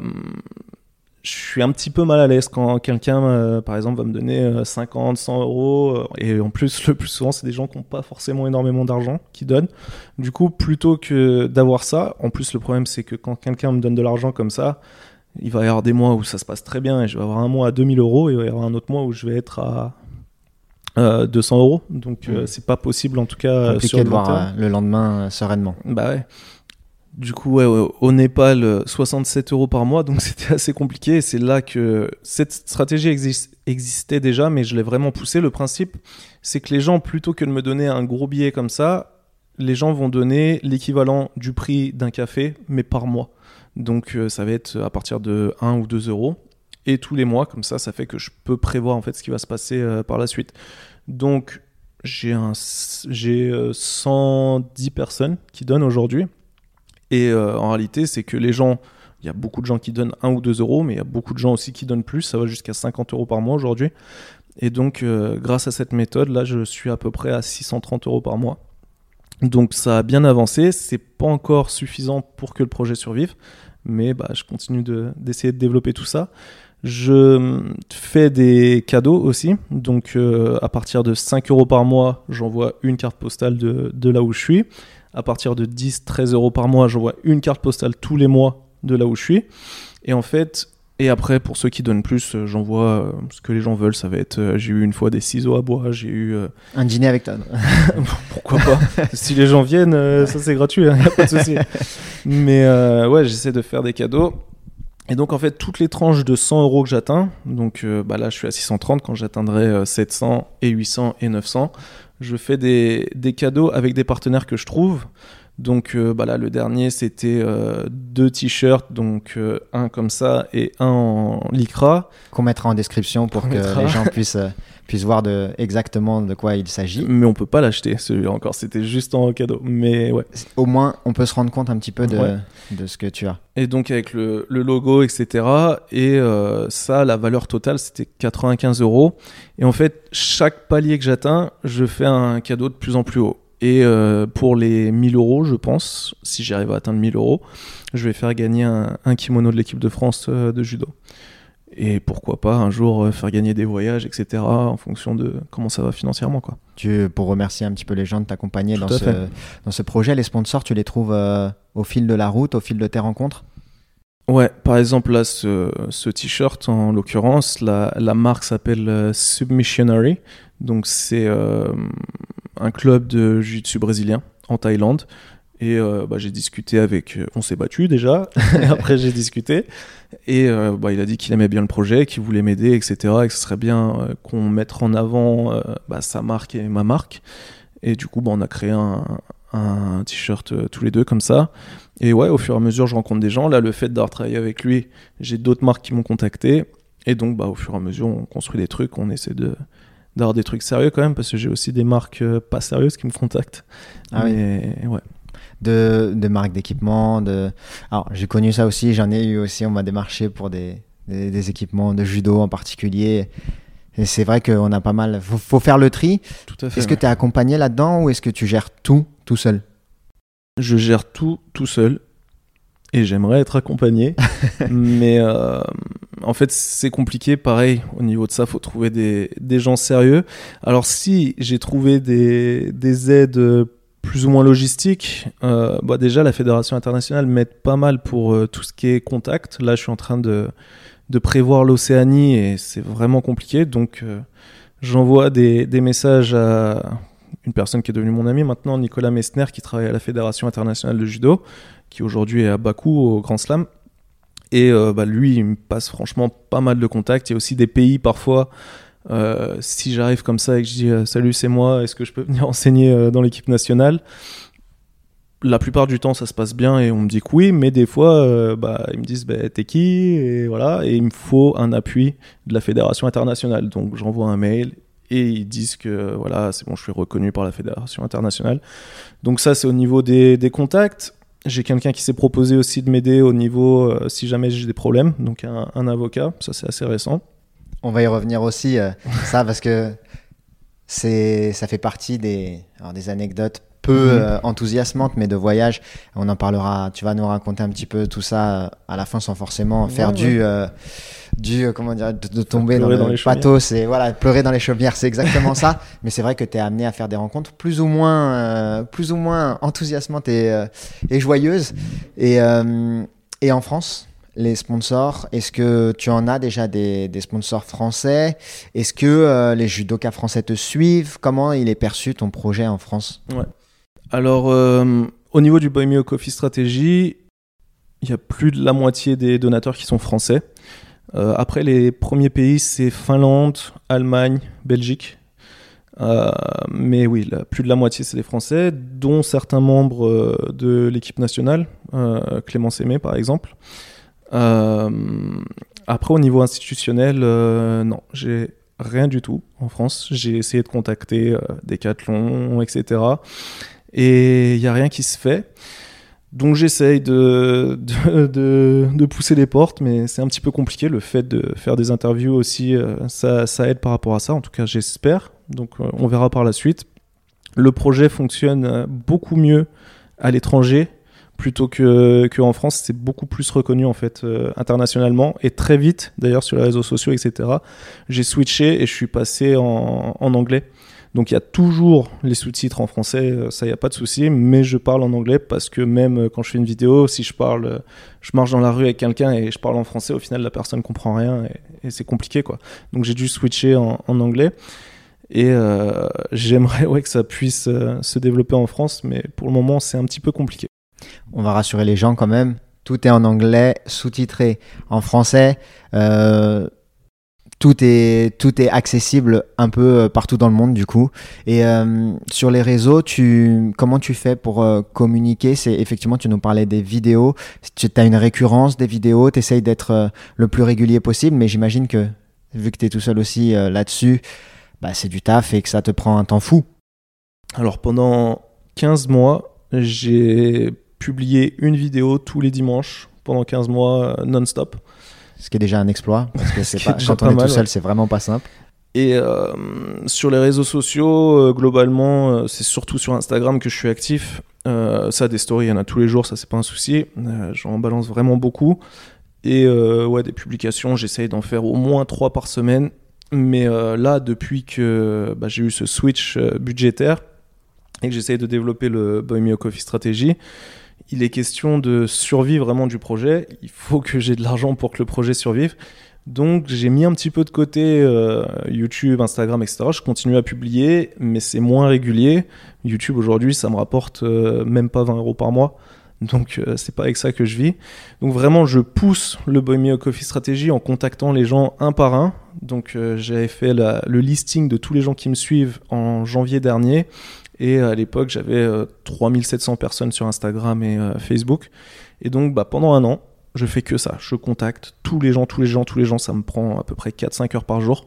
je suis un petit peu mal à l'aise quand quelqu'un, euh, par exemple, va me donner cinquante, cent euros. Et en plus, le plus souvent, c'est des gens qui n'ont pas forcément énormément d'argent qui donnent. Du coup, plutôt que d'avoir ça, en plus, le problème, c'est que quand quelqu'un me donne de l'argent comme ça, il va y avoir des mois où ça se passe très bien et je vais avoir un mois à deux mille euros et il va y avoir un autre mois où je vais être à euh, deux cents euros. Donc, mmh. euh, c'est pas possible, en tout cas, compliqué sur le de voir euh, le lendemain euh, sereinement. Bah ouais. Du coup, ouais, ouais, au Népal, soixante-sept euros par mois, donc c'était assez compliqué. Et c'est là que cette stratégie existe, existait déjà, mais je l'ai vraiment poussée. Le principe, c'est que les gens, plutôt que de me donner un gros billet comme ça, les gens vont donner l'équivalent du prix d'un café, mais par mois. Donc, euh, ça va être à partir de un ou deux euros. Et tous les mois, comme ça, ça fait que je peux prévoir en fait ce qui va se passer euh, par la suite. Donc, j'ai, un, j'ai euh, cent dix personnes qui donnent aujourd'hui. Et euh, en réalité, c'est que les gens, il y a beaucoup de gens qui donnent un ou deux euros, mais il y a beaucoup de gens aussi qui donnent plus. Ça va jusqu'à cinquante euros par mois aujourd'hui. Et donc, euh, grâce à cette méthode, là, je suis à peu près à six cent trente euros par mois. Donc, ça a bien avancé. C'est pas encore suffisant pour que le projet survive, mais bah, je continue de, d'essayer de développer tout ça. Je fais des cadeaux aussi. Donc, euh, à partir de cinq euros par mois, j'envoie une carte postale de, de là où je suis. À partir de dix à treize euros par mois, j'envoie une carte postale tous les mois de là où je suis. Et en fait, et après, pour ceux qui donnent plus, j'envoie euh, ce que les gens veulent. Ça va être, euh, j'ai eu une fois des ciseaux à bois, j'ai eu... Euh... Un dîner avec toi. Pourquoi pas. Si les gens viennent, euh, ça c'est gratuit, hein, y a pas de souci. Mais euh, ouais, j'essaie de faire des cadeaux. Et donc en fait, toutes les tranches de cent euros que j'atteins, donc euh, bah là je suis à six cent trente, quand j'atteindrai euh, sept cents et huit cents et neuf cents, je fais des, des cadeaux avec des partenaires que je trouve. Donc euh, bah là, le dernier, c'était euh, deux t-shirts, donc euh, un comme ça et un en lycra. Qu'on mettra en description pour Qu'on que mettra. les gens puissent, euh, puissent voir de, exactement de quoi il s'agit. Mais on peut pas l'acheter, celui-là encore. C'était juste en cadeau. Mais ouais. Au moins, on peut se rendre compte un petit peu de, Ouais. de ce que tu as. Et donc avec le, le logo, et cetera. Et euh, ça, la valeur totale, c'était quatre-vingt-quinze euros. Et en fait, chaque palier que j'atteins, je fais un cadeau de plus en plus haut. Et euh, pour les mille euros, je pense, si j'arrive à atteindre mille euros, je vais faire gagner un, un kimono de l'équipe de France euh, de judo. Et pourquoi pas un jour euh, faire gagner des voyages, et cetera, en fonction de comment ça va financièrement, quoi. Tu, pour remercier un petit peu les gens de t'accompagner Tout dans à ce, fait. dans ce projet, les sponsors, tu les trouves euh, au fil de la route, au fil de tes rencontres? Ouais, par exemple, là, ce, ce t-shirt, en l'occurrence, la, la marque s'appelle euh, Submissionary. Donc, c'est euh, un club de jiu-jitsu brésilien en Thaïlande. Et euh, bah, j'ai discuté avec... On s'est battu déjà. Et après, j'ai discuté. Et euh, bah, il a dit qu'il aimait bien le projet, qu'il voulait m'aider, et cetera. Et que ce serait bien euh, qu'on mette en avant euh, bah, sa marque et ma marque. Et du coup, bah, on a créé un, un t-shirt euh, tous les deux comme ça. Et ouais, au fur et à mesure, je rencontre des gens. Là, le fait d'avoir travaillé avec lui, j'ai d'autres marques qui m'ont contacté. Et donc, bah, au fur et à mesure, on construit des trucs. On essaie de, d'avoir des trucs sérieux quand même, parce que j'ai aussi des marques euh, pas sérieuses qui me contactent. Ah Mais oui. ouais. De, de marques d'équipement. De... Alors, j'ai connu ça aussi. J'en ai eu aussi. On m'a démarché pour des, des, des équipements de judo en particulier. Et c'est vrai qu'on a pas mal. Il faut, faut faire le tri. Tout à fait. Est-ce que tu es accompagné là-dedans ou est-ce que tu gères tout tout seul? Je gère tout tout seul et j'aimerais être accompagné. Mais euh, en fait, c'est compliqué. Pareil, au niveau de ça, il faut trouver des, des gens sérieux. Alors, si j'ai trouvé des, des aides plus ou moins logistiques, euh, bah déjà, la Fédération internationale m'aide pas mal pour euh, tout ce qui est contact. Là, je suis en train de, de prévoir l'Océanie et c'est vraiment compliqué. Donc, euh, j'envoie des, des messages à une personne qui est devenue mon ami maintenant, Nicolas Messner, qui travaille à la Fédération internationale de judo, qui aujourd'hui est à Bakou, au Grand Slam. Et euh, bah, lui, il me passe franchement pas mal de contacts. Il y a aussi des pays, parfois, euh, si j'arrive comme ça et que je dis euh, « Salut, c'est moi, est-ce que je peux venir enseigner euh, dans l'équipe nationale ?» La plupart du temps, ça se passe bien et on me dit que oui, mais des fois, euh, bah, ils me disent bah, « T'es qui ?» Et voilà, et il me faut un appui de la Fédération internationale. Donc, j'envoie un mail et ils disent que voilà, c'est bon, je suis reconnu par la Fédération internationale. Donc ça, c'est au niveau des, des contacts. J'ai quelqu'un qui s'est proposé aussi de m'aider au niveau, euh, si jamais j'ai des problèmes, donc un, un avocat, ça c'est assez récent. On va y revenir aussi, euh, ça, parce que c'est, ça fait partie des, alors des anecdotes peu euh, enthousiasmantes, mais de voyage. On en parlera, tu vas nous raconter un petit peu tout ça euh, à la fin sans forcément faire ouais, du, ouais. Euh, du euh, comment dire, de, de tomber dans dans le pathos et voilà, pleurer dans les chaumières, c'est exactement ça. Mais c'est vrai que tu es amené à faire des rencontres plus ou moins, euh, plus ou moins enthousiasmantes et, euh, et joyeuses. Et, euh, et en France, les sponsors, est-ce que tu en as déjà des, des sponsors français? Est-ce que euh, les judokas français te suivent? Comment il est perçu ton projet en France? Ouais. Alors, euh, au niveau du Buy Me a Coffee Stratégie, il y a plus de la moitié des donateurs qui sont français. Euh, après, les premiers pays, c'est Finlande, Allemagne, Belgique. Euh, mais oui, là, plus de la moitié, c'est les Français, dont certains membres euh, de l'équipe nationale, euh, Clémence Aimé par exemple. Euh, après, au niveau institutionnel, euh, non, j'ai rien du tout en France. J'ai essayé de contacter euh, Decathlon, et cetera. Et il n'y a rien qui se fait. Donc j'essaye de, de, de, de pousser les portes, mais c'est un petit peu compliqué. Le fait de faire des interviews aussi, euh, ça, ça aide par rapport à ça. En tout cas, j'espère. Donc euh, on verra par la suite. Le projet fonctionne beaucoup mieux à l'étranger plutôt que, qu'en France. C'est beaucoup plus reconnu en fait euh, internationalement. Et très vite, d'ailleurs sur les réseaux sociaux, et cetera, j'ai switché et je suis passé en, en anglais. Donc il y a toujours les sous-titres en français, ça il n'y a pas de souci, mais je parle en anglais parce que même quand je fais une vidéo, si je parle, je marche dans la rue avec quelqu'un et je parle en français, au final la personne ne comprend rien et, et c'est compliqué quoi. Donc j'ai dû switcher en, en anglais et euh, j'aimerais ouais, que ça puisse euh, se développer en France, mais pour le moment c'est un petit peu compliqué. On va rassurer les gens quand même, tout est en anglais, sous-titré en français. Euh... tout est tout est accessible un peu partout dans le monde du coup. Et euh, sur les réseaux, tu comment tu fais pour euh, communiquer? C'est effectivement, tu nous parlais des vidéos. Tu as une récurrence des vidéos, tu essayes d'être euh, le plus régulier possible, mais j'imagine que vu que tu es tout seul aussi euh, là-dessus, bah, c'est du taf et que ça te prend un temps fou. Alors pendant quinze mois, j'ai publié une vidéo tous les dimanches pendant quinze mois euh, non-stop. Ce qui est déjà un exploit, parce que c'est pas, quand pas on est mal, tout seul, ouais. c'est vraiment pas simple. Et euh, sur les réseaux sociaux, euh, globalement, euh, c'est surtout sur Instagram que je suis actif. Euh, ça, des stories, il y en a tous les jours, ça c'est pas un souci. Euh, j'en balance vraiment beaucoup. Et euh, ouais, des publications, j'essaye d'en faire au moins trois par semaine. Mais euh, là, depuis que bah, j'ai eu ce switch euh, budgétaire et que j'essaye de développer le Buy Me a Coffee Strategy, il est question de survie vraiment du projet. Il faut que j'ai de l'argent pour que le projet survive. Donc, j'ai mis un petit peu de côté euh, YouTube, Instagram, et cetera. Je continue à publier, mais c'est moins régulier. YouTube, aujourd'hui, ça me rapporte euh, même pas vingt euros par mois. Donc, euh, c'est pas avec ça que je vis. Donc, vraiment, je pousse le Buy Me a Coffee Strategy en contactant les gens un par un. Donc, euh, j'avais fait la, le listing de tous les gens qui me suivent en janvier dernier. Et à l'époque, j'avais euh, trois mille sept cents personnes sur Instagram et euh, Facebook. Et donc, bah, pendant un an, je fais que ça. Je contacte tous les gens, tous les gens, tous les gens. Ça me prend à peu près quatre à cinq heures par jour.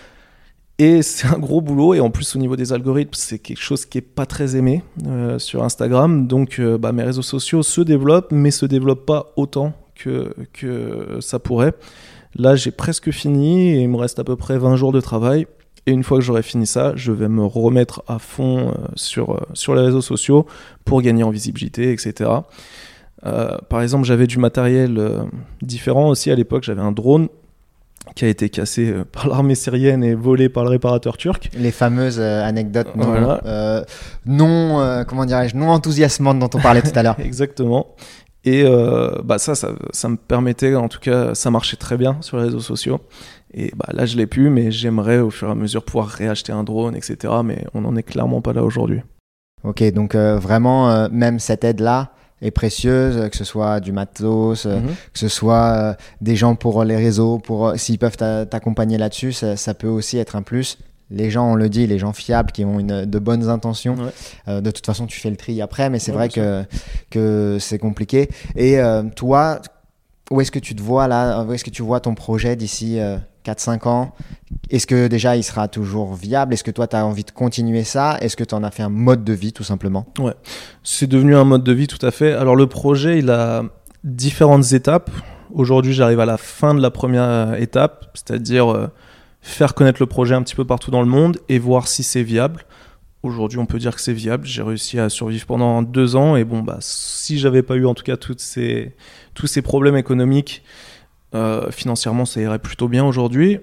Et c'est un gros boulot. Et en plus, au niveau des algorithmes, c'est quelque chose qui n'est pas très aimé euh, sur Instagram. Donc, euh, bah, mes réseaux sociaux se développent, mais ne se développent pas autant que, que ça pourrait. Là, j'ai presque fini et il me reste à peu près vingt jours de travail. Et une fois que j'aurai fini ça, je vais me remettre à fond euh, sur, euh, sur les réseaux sociaux pour gagner en visibilité, et cetera. Euh, par exemple, j'avais du matériel euh, différent aussi à l'époque. J'avais un drone qui a été cassé euh, par l'armée syrienne et volé par le réparateur turc. Les fameuses euh, anecdotes non, voilà. euh, non, euh, comment dirais-je, non enthousiasmantes dont on parlait tout à l'heure. Exactement. Et euh, bah ça, ça, ça me permettait, en tout cas, ça marchait très bien sur les réseaux sociaux. Et bah là, je l'ai pu, mais j'aimerais au fur et à mesure pouvoir réacheter un drone, et cetera. Mais on n'en est clairement pas là aujourd'hui. Ok, donc euh, vraiment, euh, même cette aide-là est précieuse, que ce soit du matos, euh, Mm-hmm. que ce soit euh, des gens pour les réseaux, pour, euh, s'ils peuvent t'a- t'accompagner là-dessus, ça, ça peut aussi être un plus. Les gens, on le dit, les gens fiables qui ont une, de bonnes intentions. Ouais. Euh, de toute façon, tu fais le tri après, mais c'est Ouais, vrai que, que c'est compliqué. Et euh, toi, où est-ce que tu te vois là? Où est-ce que tu vois ton projet d'ici euh, quatre à cinq ans? Est-ce que déjà il sera toujours viable? Est-ce que toi tu as envie de continuer ça? Est-ce que tu en as fait un mode de vie tout simplement? Ouais, c'est devenu un mode de vie tout à fait. Alors le projet, il a différentes étapes. Aujourd'hui, j'arrive à la fin de la première étape, c'est-à-dire euh, faire connaître le projet un petit peu partout dans le monde et voir si c'est viable. Aujourd'hui, on peut dire que c'est viable. J'ai réussi à survivre pendant deux ans et bon, bah, si j'avais pas eu en tout cas toutes ces, tous ces problèmes économiques, euh, financièrement, ça irait plutôt bien aujourd'hui.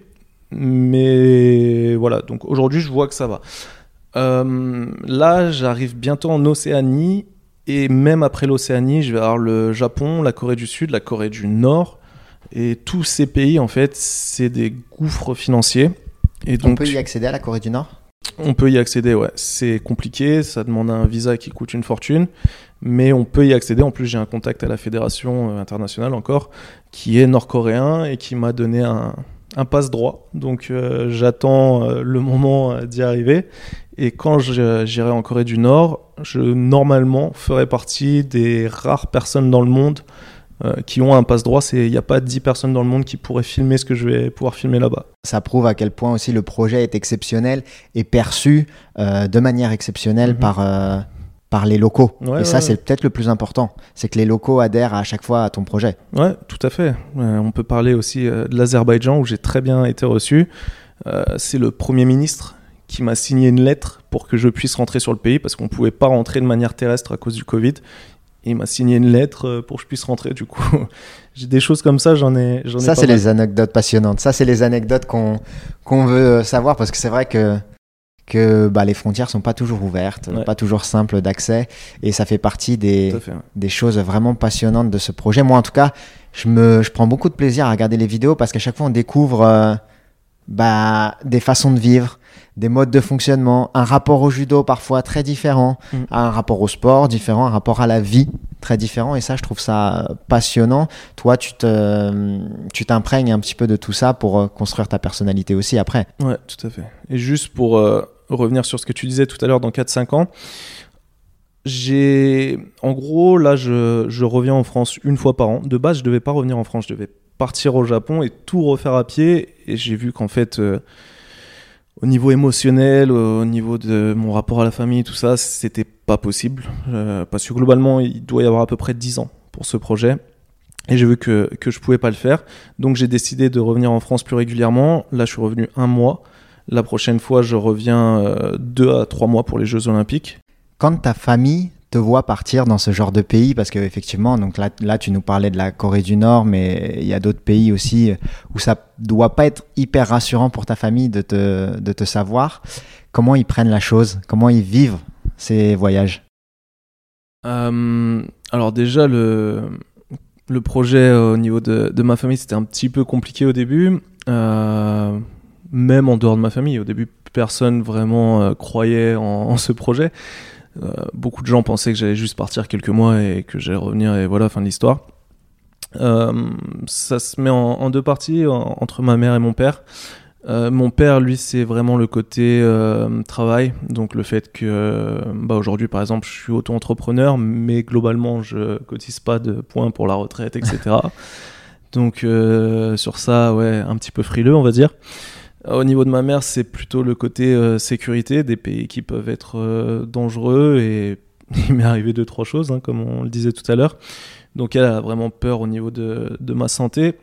Mais voilà, donc aujourd'hui, je vois que ça va. Euh, là, j'arrive bientôt en Océanie et même après l'Océanie, je vais avoir le Japon, la Corée du Sud, la Corée du Nord. Et tous ces pays, en fait, c'est des gouffres financiers. Et donc, on peut y accéder à la Corée du Nord? On peut y accéder, ouais. C'est compliqué, ça demande un visa qui coûte une fortune, mais on peut y accéder. En plus, j'ai un contact à la fédération internationale encore, qui est nord-coréen et qui m'a donné un, un passe-droit. Donc, euh, j'attends euh, le moment d'y arriver. Et quand je, j'irai en Corée du Nord, je, normalement, ferai partie des rares personnes dans le monde Euh, qui ont un passe-droit. Il n'y a pas dix personnes dans le monde qui pourraient filmer ce que je vais pouvoir filmer là-bas. Ça prouve à quel point aussi le projet est exceptionnel et perçu euh, de manière exceptionnelle mm-hmm. par, euh, par les locaux. Ouais, et ouais, ça, ouais. c'est peut-être le plus important. C'est que les locaux adhèrent à chaque fois à ton projet. Ouais, tout à fait. Euh, on peut parler aussi euh, de l'Azerbaïdjan où j'ai très bien été reçu. Euh, c'est le Premier ministre qui m'a signé une lettre pour que je puisse rentrer sur le pays parce qu'on ne pouvait pas rentrer de manière terrestre à cause du Covid. Il m'a signé une lettre pour que je puisse rentrer. Du coup, j'ai des choses comme ça, j'en ai, j'en ai ça, pas c'est mal. les anecdotes passionnantes. Ça, c'est les anecdotes qu'on, qu'on veut savoir parce que c'est vrai que, que bah, les frontières sont pas toujours ouvertes, ouais. pas toujours simples d'accès. Et ça fait partie des, fait, ouais. des choses vraiment passionnantes de ce projet. Moi, en tout cas, je, me, je prends beaucoup de plaisir à regarder les vidéos parce qu'à chaque fois, on découvre euh, bah, des façons de vivre, des modes de fonctionnement, un rapport au judo parfois très différent, mmh. un rapport au sport différent, un rapport à la vie très différents et ça, je trouve ça passionnant. Toi, tu, te, tu t'imprègnes un petit peu de tout ça pour construire ta personnalité aussi après. Ouais, tout à fait. Et juste pour euh, revenir sur ce que tu disais tout à l'heure, dans quatre cinq ans, j'ai... En gros, là, je, je reviens en France une fois par an. De base, je ne devais pas revenir en France, je devais partir au Japon et tout refaire à pied. Et j'ai vu qu'en fait... Euh, Au niveau émotionnel, au niveau de mon rapport à la famille, tout ça, c'était pas possible. Euh, parce que globalement, il doit y avoir à peu près dix ans pour ce projet. Et j'ai vu que, que je pouvais pas le faire. Donc j'ai décidé de revenir en France plus régulièrement. Là, je suis revenu un mois. La prochaine fois, je reviens euh, deux à trois mois pour les Jeux Olympiques. Quand ta famille te voit partir dans ce genre de pays, parce qu'effectivement, donc là, là, tu nous parlais de la Corée du Nord, mais il y a d'autres pays aussi où ça doit pas être hyper rassurant pour ta famille de te, de te savoir. Comment ils prennent la chose? Comment ils vivent ces voyages? euh, Alors déjà, le, le projet au niveau de, de ma famille, c'était un petit peu compliqué au début. Euh, même en dehors de ma famille, au début, personne vraiment euh, croyait en, en ce projet. Euh, beaucoup de gens pensaient que j'allais juste partir quelques mois et que j'allais revenir et voilà, fin de l'histoire. Euh, ça se met en, en deux parties en, entre ma mère et mon père. Euh, mon père, lui, c'est vraiment le côté euh, travail, donc le fait que euh, bah aujourd'hui, par exemple, je suis auto-entrepreneur, mais globalement, je cotise pas de points pour la retraite, et cetera. Donc euh, sur ça, ouais, un petit peu frileux, on va dire. Au niveau de ma mère, c'est plutôt le côté euh, sécurité, des pays qui peuvent être euh, dangereux et il m'est arrivé deux, trois choses, hein, comme on le disait tout à l'heure. Donc elle a vraiment peur au niveau de, de ma santé.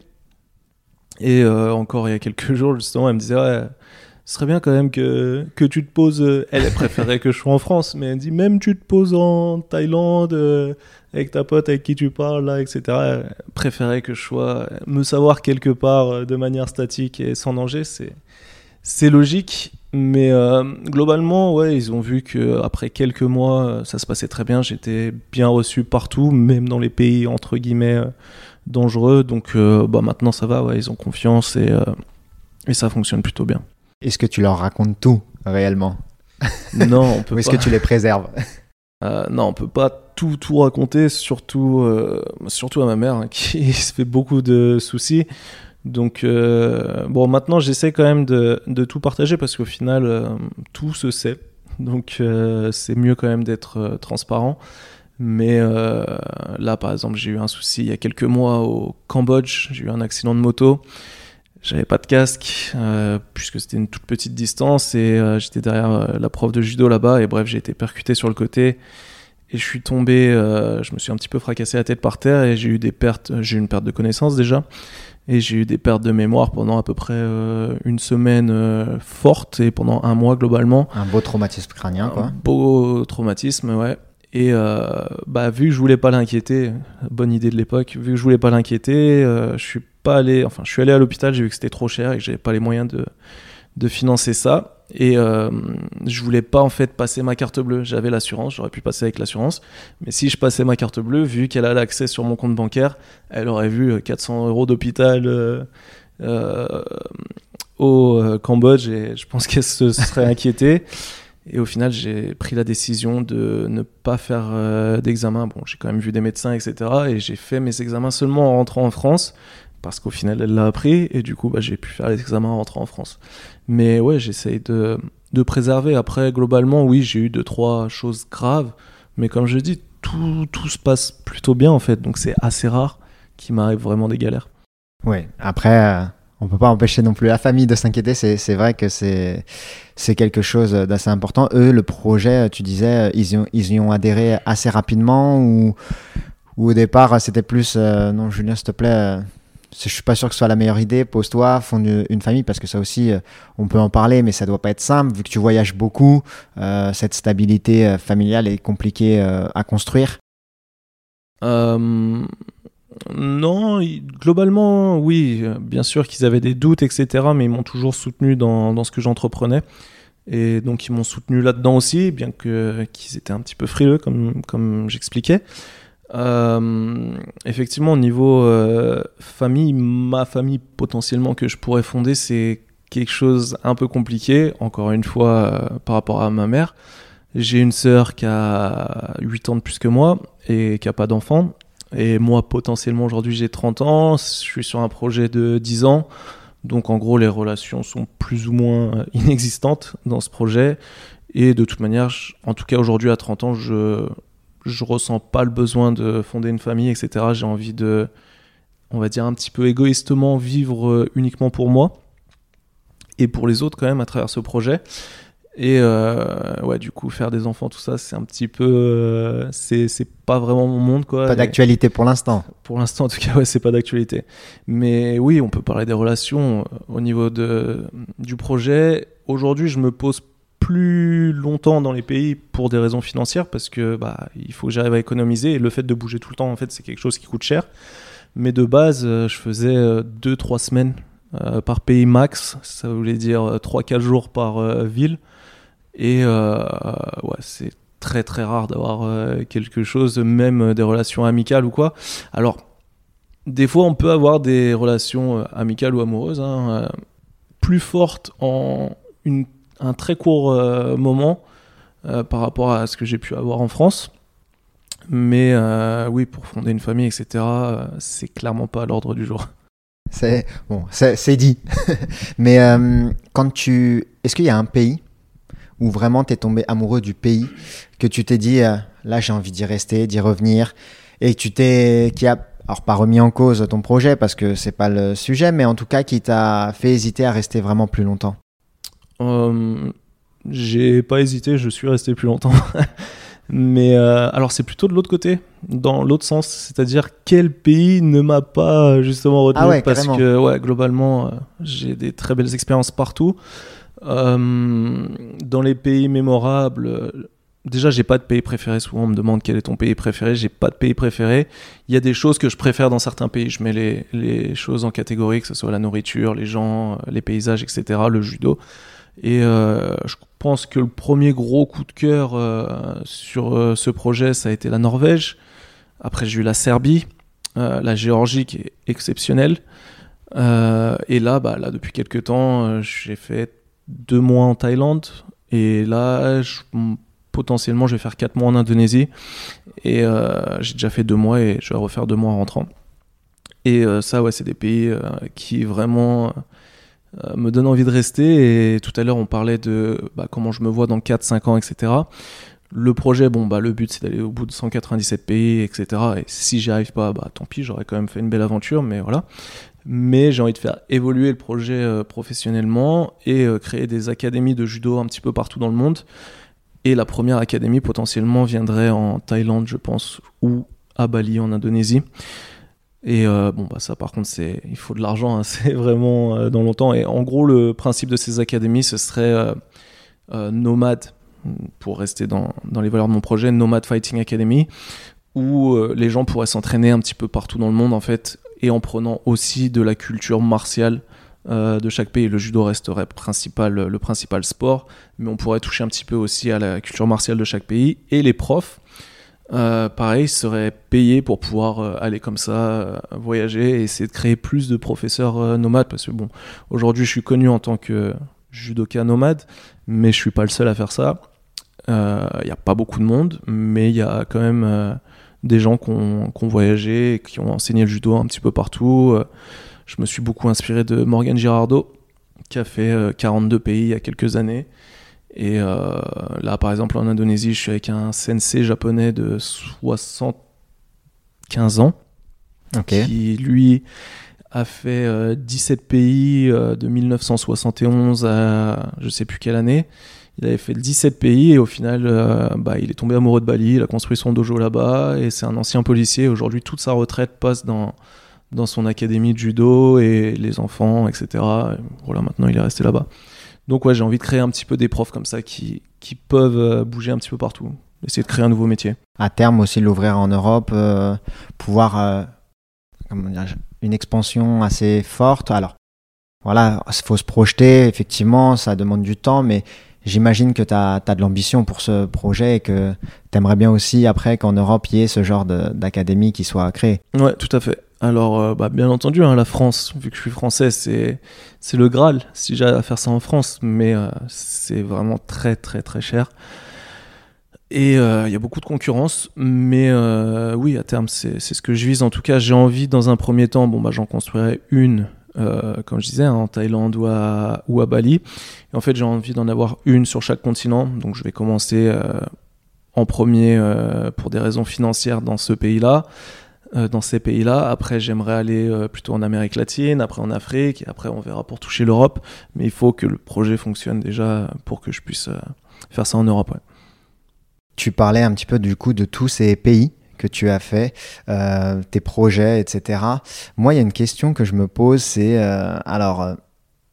Et euh, encore il y a quelques jours, justement, elle me disait ouais, ce serait bien quand même que, que tu te poses... Euh... Elle, elle préférait que je sois en France, mais elle dit même tu te poses en Thaïlande euh, avec ta pote avec qui tu parles, là, et cetera. Elle préférait que je sois... Me savoir quelque part euh, de manière statique et sans danger, c'est... C'est logique, mais euh, globalement, ouais, ils ont vu qu'après quelques mois, ça se passait très bien. J'étais bien reçu partout, même dans les pays entre guillemets euh, dangereux. Donc euh, bah, maintenant, ça va, ouais, ils ont confiance et, euh, et ça fonctionne plutôt bien. Est-ce que tu leur racontes tout, réellement? Non, on peut Ou est-ce pas. que tu les préserves? euh, Non, on peut pas tout, tout raconter, surtout, euh, surtout à ma mère, hein, qui se fait beaucoup de soucis. Donc euh, bon, maintenant j'essaie quand même de, de tout partager parce qu'au final euh, tout se sait, donc euh, c'est mieux quand même d'être euh, transparent. Mais euh, là par exemple j'ai eu un souci il y a quelques mois au Cambodge, j'ai eu un accident de moto, j'avais pas de casque euh, puisque c'était une toute petite distance et euh, j'étais derrière euh, la prof de judo là-bas et bref j'ai été percuté sur le côté. Et je suis tombé, euh, je me suis un petit peu fracassé la tête par terre et j'ai eu des pertes, j'ai eu une perte de connaissance déjà. Et j'ai eu des pertes de mémoire pendant à peu près euh, une semaine euh, forte et pendant un mois globalement. Un beau traumatisme crânien, quoi. Un beau traumatisme, ouais. Et euh, bah, vu que je voulais pas l'inquiéter, bonne idée de l'époque, vu que je voulais pas l'inquiéter, euh, je suis pas allé, enfin je suis allé à l'hôpital, j'ai vu que c'était trop cher et que j'avais pas les moyens de, de financer ça. Et euh, je voulais pas en fait passer ma carte bleue. J'avais l'assurance, j'aurais pu passer avec l'assurance. Mais si je passais ma carte bleue, vu qu'elle a l'accès sur mon compte bancaire, elle aurait vu quatre cents euros d'hôpital euh, euh, au Cambodge et je pense qu'elle se serait inquiétée. Et au final, j'ai pris la décision de ne pas faire euh, d'examen. Bon, j'ai quand même vu des médecins, et cetera. Et j'ai fait mes examens seulement en rentrant en France. Parce qu'au final, elle l'a appris et du coup, bah, j'ai pu faire les examens en rentrant en France. Mais ouais, j'essaye de, de préserver. Après, globalement, oui, j'ai eu deux, trois choses graves. Mais comme je dis, tout, tout se passe plutôt bien en fait. Donc c'est assez rare qu'il m'arrive vraiment des galères. Oui, après, euh, on ne peut pas empêcher non plus la famille de s'inquiéter. C'est, c'est vrai que c'est, c'est quelque chose d'assez important. Eux, le projet, tu disais, ils y ont, ils y ont adhéré assez rapidement ou, ou au départ, c'était plus euh, non, Julien, s'il te plaît. Euh, Je suis pas sûr que ce soit la meilleure idée, pose-toi, fonde une famille, parce que ça aussi, on peut en parler, mais ça doit pas être simple, vu que tu voyages beaucoup, euh, cette stabilité familiale est compliquée euh, à construire. Euh, non, globalement, oui, bien sûr qu'ils avaient des doutes, et cetera, mais ils m'ont toujours soutenu dans, dans ce que j'entreprenais. Et donc, ils m'ont soutenu là-dedans aussi, bien que, qu'ils étaient un petit peu frileux, comme, comme j'expliquais. Euh, effectivement, au niveau euh, famille, ma famille potentiellement que je pourrais fonder, c'est quelque chose un peu compliqué, encore une fois, euh, par rapport à ma mère. J'ai une sœur qui a huit ans de plus que moi et qui n'a pas d'enfant. Et moi, potentiellement, aujourd'hui, j'ai trente ans. Je suis sur un projet de dix ans. Donc, en gros, les relations sont plus ou moins inexistantes dans ce projet. Et de toute manière, je, en tout cas, aujourd'hui, à trente ans, je je ressens pas le besoin de fonder une famille, et cetera. J'ai envie de, on va dire, un petit peu égoïstement vivre uniquement pour moi et pour les autres quand même à travers ce projet. Et euh, ouais, du coup, faire des enfants, tout ça, c'est un petit peu, euh, c'est c'est pas vraiment mon monde, quoi. Pas d'actualité pour l'instant. Pour l'instant, en tout cas, ouais, c'est pas d'actualité. Mais oui, on peut parler des relations au niveau de du projet. Aujourd'hui, je me pose plus longtemps dans les pays pour des raisons financières parce que bah il faut que j'arrive à économiser et le fait de bouger tout le temps, en fait, c'est quelque chose qui coûte cher. Mais de base, je faisais deux trois semaines euh, par pays max. Ça voulait dire trois quatre jours par euh, ville. Et euh, ouais, c'est très très rare d'avoir euh, quelque chose, même des relations amicales ou quoi. Alors, des fois, on peut avoir des relations amicales ou amoureuses hein, euh, plus fortes en une, un très court euh, moment euh, par rapport à ce que j'ai pu avoir en France. Mais euh, oui, pour fonder une famille, et cetera, euh, c'est clairement pas à l'ordre du jour. C'est bon, c'est, c'est dit. Mais euh, quand tu, est-ce qu'il y a un pays où vraiment tu es tombé amoureux du pays, que tu t'es dit, euh, là j'ai envie d'y rester, d'y revenir, et que tu t'es, qui a, alors pas remis en cause ton projet parce que c'est pas le sujet, mais en tout cas qui t'a fait hésiter à rester vraiment plus longtemps? euh, J'ai pas hésité, je suis resté plus longtemps. Mais euh, alors c'est plutôt de l'autre côté, dans l'autre sens, c'est-à-dire quel pays ne m'a pas justement retenu, ah ouais, parce carrément. que ouais, globalement, euh, j'ai des très belles expériences partout. Euh, dans les pays mémorables, euh, déjà j'ai pas de pays préféré. Souvent on me demande quel est ton pays préféré. J'ai pas de pays préféré. Il y a des choses que je préfère dans certains pays. Je mets les, les choses en catégorie, que ce soit la nourriture, les gens, les paysages, et cetera. Le judo. Et euh, je pense que le premier gros coup de cœur euh, sur euh, ce projet, ça a été la Norvège. Après j'ai eu la Serbie, euh, la Géorgie qui est exceptionnelle. Euh, et là, bah, là depuis quelques temps, euh, j'ai fait deux mois en Thaïlande et là je, potentiellement je vais faire quatre mois en Indonésie et euh, j'ai déjà fait deux mois et je vais refaire deux mois en rentrant et euh, ça ouais c'est des pays euh, qui vraiment euh, me donnent envie de rester. Et tout à l'heure on parlait de bah, comment je me vois dans quatre cinq ans, etc. Le projet, bon bah le but c'est d'aller au bout de cent quatre-vingt-dix-sept pays, etc. Et si j'y arrive pas, bah tant pis, j'aurais quand même fait une belle aventure, mais voilà. Mais j'ai envie de faire évoluer le projet euh, professionnellement et euh, créer des académies de judo un petit peu partout dans le monde. Et la première académie potentiellement viendrait en Thaïlande, je pense, ou à Bali en Indonésie. Et euh, bon bah ça par contre c'est il faut de l'argent, hein, c'est vraiment euh, dans longtemps. Et en gros le principe de ces académies ce serait euh, euh, Nomad, pour rester dans dans les valeurs de mon projet, Nomad Fighting Academy, où euh, les gens pourraient s'entraîner un petit peu partout dans le monde en fait, et en prenant aussi de la culture martiale euh, de chaque pays. Le judo resterait principal, le principal sport, mais on pourrait toucher un petit peu aussi à la culture martiale de chaque pays. Et les profs, euh, pareil, seraient payés pour pouvoir euh, aller comme ça, euh, voyager et essayer de créer plus de professeurs euh, nomades. Parce que bon, aujourd'hui, je suis connu en tant que judoka nomade, mais je suis pas le seul à faire ça. Il euh, n'y a pas beaucoup de monde, mais il y a quand même... Euh, des gens qui ont, qui ont voyagé et qui ont enseigné le judo un petit peu partout. Je me suis beaucoup inspiré de Morgan Girardot, qui a fait quarante-deux pays il y a quelques années. Et euh, là, par exemple, en Indonésie, je suis avec un sensei japonais de soixante-quinze ans, okay. qui, lui, a fait euh, dix-sept pays euh, de mille neuf cent soixante et onze à je ne sais plus quelle année. Il avait fait dix-sept pays et au final, euh, bah, il est tombé amoureux de Bali, il a construit son dojo là-bas et c'est un ancien policier. Aujourd'hui, toute sa retraite passe dans, dans son académie de judo et les enfants, et cetera. Et voilà, maintenant, il est resté là-bas. Donc ouais, j'ai envie de créer un petit peu des profs comme ça qui, qui peuvent bouger un petit peu partout, essayer de créer un nouveau métier. À terme aussi, l'ouvrir en Europe, euh, pouvoir, euh, comment dire, une expansion assez forte. Alors, voilà, il faut se projeter, effectivement, ça demande du temps, mais... J'imagine que tu as de l'ambition pour ce projet et que tu aimerais bien aussi, après, qu'en Europe, il y ait ce genre de, d'académie qui soit créée. Ouais, tout à fait. Alors, euh, bah, bien entendu, hein, la France, vu que je suis français, c'est, c'est le Graal, si j'ai à faire ça en France, mais euh, c'est vraiment très, très, très cher. Et il euh, y a beaucoup de concurrence, mais euh, oui, à terme, c'est, c'est ce que je vise. En tout cas, j'ai envie, dans un premier temps, bon, bah, j'en construirai une, euh, comme je disais, hein, en Thaïlande ou à, ou à Bali. Et en fait, j'ai envie d'en avoir une sur chaque continent. Donc, je vais commencer euh, en premier euh, pour des raisons financières dans ce pays-là, euh, dans ces pays-là. Après, j'aimerais aller euh, plutôt en Amérique latine, après en Afrique, et après, on verra pour toucher l'Europe. Mais il faut que le projet fonctionne déjà pour que je puisse euh, faire ça en Europe, ouais. Tu parlais un petit peu du coup de tous ces pays que tu as fait, euh, tes projets, et cetera. Moi, il y a une question que je me pose, c'est euh, alors, euh,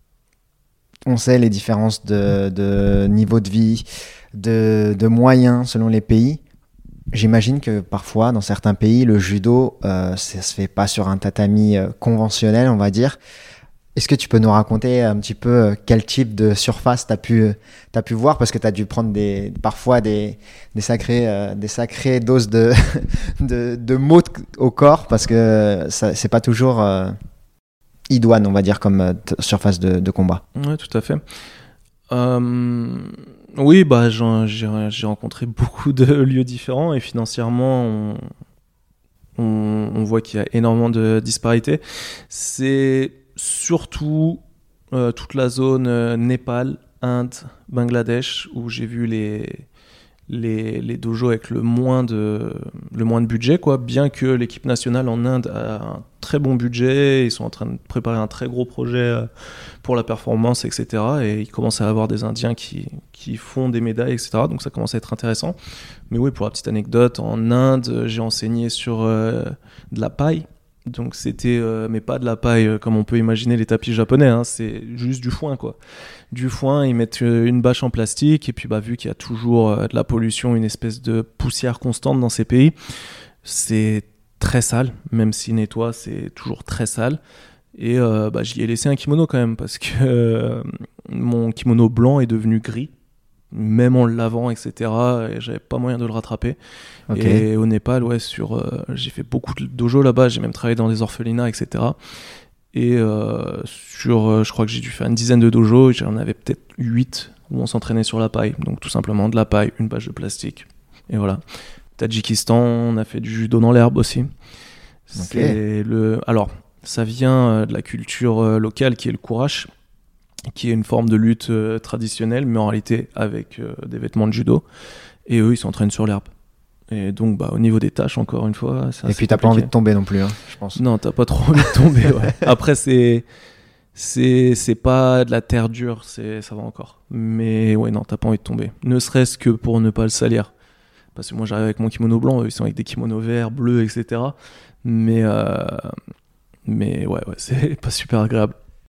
on sait les différences de, de niveau de vie, de, de moyens selon les pays. J'imagine que parfois, dans certains pays, le judo, euh, ça se fait pas sur un tatami euh, conventionnel, on va dire. Est-ce que tu peux nous raconter un petit peu quel type de surface tu as pu, t'as pu voir? Parce que tu as dû prendre des, parfois des, des, sacrées, euh, des sacrées doses de, de, de mots au corps, parce que ça, c'est pas toujours euh, idoine, on va dire, comme euh, t- surface de, de combat. Oui, tout à fait. Euh, oui, bah, j'ai, j'ai rencontré beaucoup de lieux différents et financièrement, on, on, on voit qu'il y a énormément de disparités. C'est surtout euh, toute la zone euh, Népal, Inde, Bangladesh, où j'ai vu les, les, les dojos avec le moins de, le moins de budget, quoi. Bien que l'équipe nationale en Inde a un très bon budget, ils sont en train de préparer un très gros projet euh, pour la performance, et cetera. Et ils commencent à avoir des Indiens qui, qui font des médailles, et cetera. Donc ça commence à être intéressant. Mais oui, pour la petite anecdote, en Inde, j'ai enseigné sur euh, de la paille. Donc c'était, euh, mais pas de la paille euh, comme on peut imaginer les tapis japonais, hein, c'est juste du foin, quoi. Du foin, ils mettent euh, une bâche en plastique, et puis bah, vu qu'il y a toujours euh, de la pollution, une espèce de poussière constante dans ces pays, c'est très sale, même s'ils nettoient, c'est toujours très sale. Et euh, bah, j'y ai laissé un kimono quand même, parce que euh, mon kimono blanc est devenu gris, même en le lavant, et cetera. Et j'avais pas moyen de le rattraper. Okay. Et au Népal, ouais, sur, euh, j'ai fait beaucoup de dojo là-bas, j'ai même travaillé dans des orphelinats, et cetera. Et euh, sur, euh, je crois que j'ai dû faire une dizaine de dojos, j'en avais peut-être huit où on s'entraînait sur la paille. Donc tout simplement de la paille, une bâche de plastique. Et voilà. Tadjikistan, on a fait du judo dans l'herbe aussi. C'est okay. le... Alors, ça vient de la culture locale qui est le courage, qui est une forme de lutte euh, traditionnelle, mais en réalité avec euh, des vêtements de judo. Et eux, ils s'entraînent sur l'herbe. Et donc, bah, au niveau des tâches, encore une fois, c'est assez Et puis, t'as compliqué. Pas envie de tomber non plus, hein, je pense. Non, t'as pas trop envie de tomber, ouais. Après, c'est, c'est, c'est pas de la terre dure, c'est, ça va encore. Mais ouais, non, t'as pas envie de tomber. Ne serait-ce que pour ne pas le salir. Parce que moi, j'arrive avec mon kimono blanc, eux, ils sont avec des kimonos verts, bleus, et cetera. Mais, euh, mais ouais, ouais, c'est pas super agréable.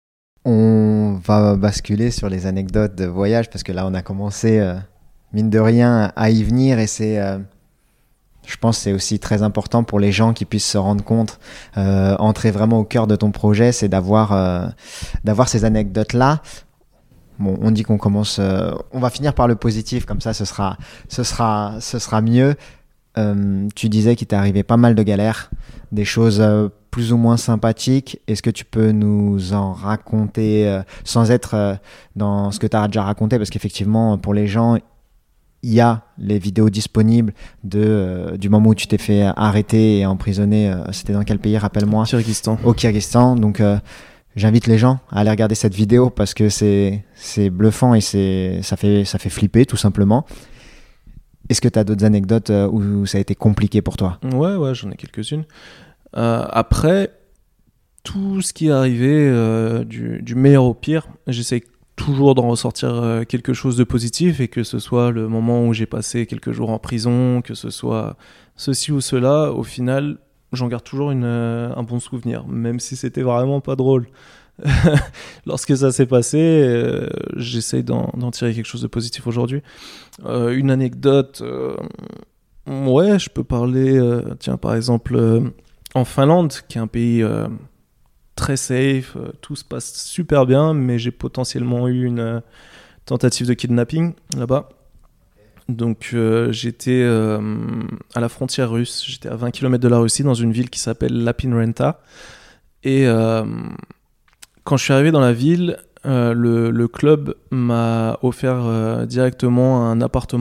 On va basculer sur les anecdotes de voyage, parce que là, on a commencé, euh, mine de rien, à y venir, et c'est... Euh, je pense que c'est aussi très important pour les gens qui puissent se rendre compte, euh, entrer vraiment au cœur de ton projet, c'est d'avoir, euh, d'avoir ces anecdotes-là. Bon, on dit qu'on commence... Euh, on va finir par le positif, comme ça, ce sera, ce sera, ce sera mieux. Euh, tu disais qu'il t'est arrivé pas mal de galères, des choses euh, plus ou moins sympathiques. Est-ce que tu peux nous en raconter euh, sans être euh, dans ce que tu as déjà raconté? Parce qu'effectivement, pour les gens, il y a les vidéos disponibles de, euh, du moment où tu t'es fait arrêter et emprisonner. Euh, c'était dans quel pays, rappelle-moi? Kyrgyzstan. Au Kyrgyzstan. Donc, euh, j'invite les gens à aller regarder cette vidéo parce que c'est, c'est bluffant et c'est, ça, fait, ça fait flipper, tout simplement. Est-ce que tu as d'autres anecdotes où ça a été compliqué pour toi? Ouais, ouais, j'en ai quelques-unes. Euh, après, tout ce qui est arrivé, euh, du, du meilleur au pire, j'essaie toujours d'en ressortir euh, quelque chose de positif, et que ce soit le moment où j'ai passé quelques jours en prison, que ce soit ceci ou cela, au final, j'en garde toujours une, euh, un bon souvenir, même si c'était vraiment pas drôle. Lorsque ça s'est passé, euh, j'essaye d'en, d'en tirer quelque chose de positif aujourd'hui. Euh, une anecdote, euh, ouais, je peux parler, euh, tiens, par exemple, euh, en Finlande, qui est un pays euh, très safe, euh, tout se passe super bien, mais j'ai potentiellement eu une euh, tentative de kidnapping là-bas. Donc euh, j'étais euh, à la frontière russe, j'étais à vingt kilomètres de la Russie, dans une ville qui s'appelle Lapinrenta. Et euh, quand je suis arrivé dans la ville, euh, le, le club m'a offert euh, directement un appartement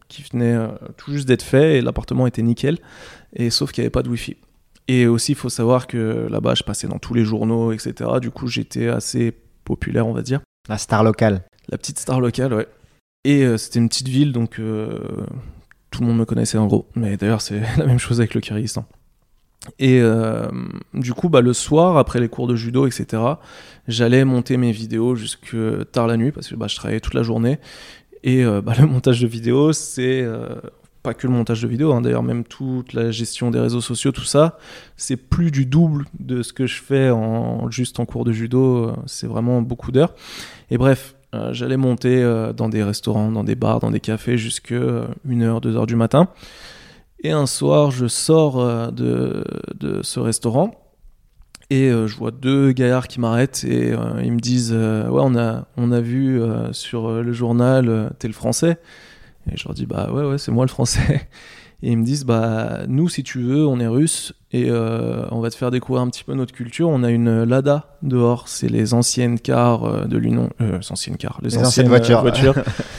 qui venait euh, tout juste d'être fait et l'appartement était nickel, et sauf qu'il n'y avait pas de Wi-Fi. Et aussi, il faut savoir que là-bas, je passais dans tous les journaux, et cetera. Du coup, j'étais assez populaire, on va dire. La star locale. La petite star locale, ouais. Et euh, c'était une petite ville, donc euh, tout le monde me connaissait en gros. Mais d'ailleurs, c'est la même chose avec le Kyrgyzstan. Et euh, du coup, bah, le soir, après les cours de judo, et cetera, j'allais monter mes vidéos jusque tard la nuit parce que bah, je travaillais toute la journée. Et euh, bah, le montage de vidéos, c'est euh, pas que le montage de vidéos, hein, d'ailleurs, même toute la gestion des réseaux sociaux, tout ça, c'est plus du double de ce que je fais en, juste en cours de judo. C'est vraiment beaucoup d'heures. Et bref, euh, j'allais monter euh, dans des restaurants, dans des bars, dans des cafés jusque une heure, deux heures du matin. Et un soir, je sors euh, de, de ce restaurant et euh, je vois deux gaillards qui m'arrêtent et euh, ils me disent euh, « Ouais, on a, on a vu euh, sur le journal, euh, t'es le français ?» Et je leur dis « Bah ouais, ouais, c'est moi le français. » Et ils me disent « Bah nous, si tu veux, on est russes et euh, on va te faire découvrir un petit peu notre culture. On a une Lada dehors, c'est les anciennes cars euh, de l'Union... Euh, les anciennes cars, les, les anciennes, anciennes voitures, voitures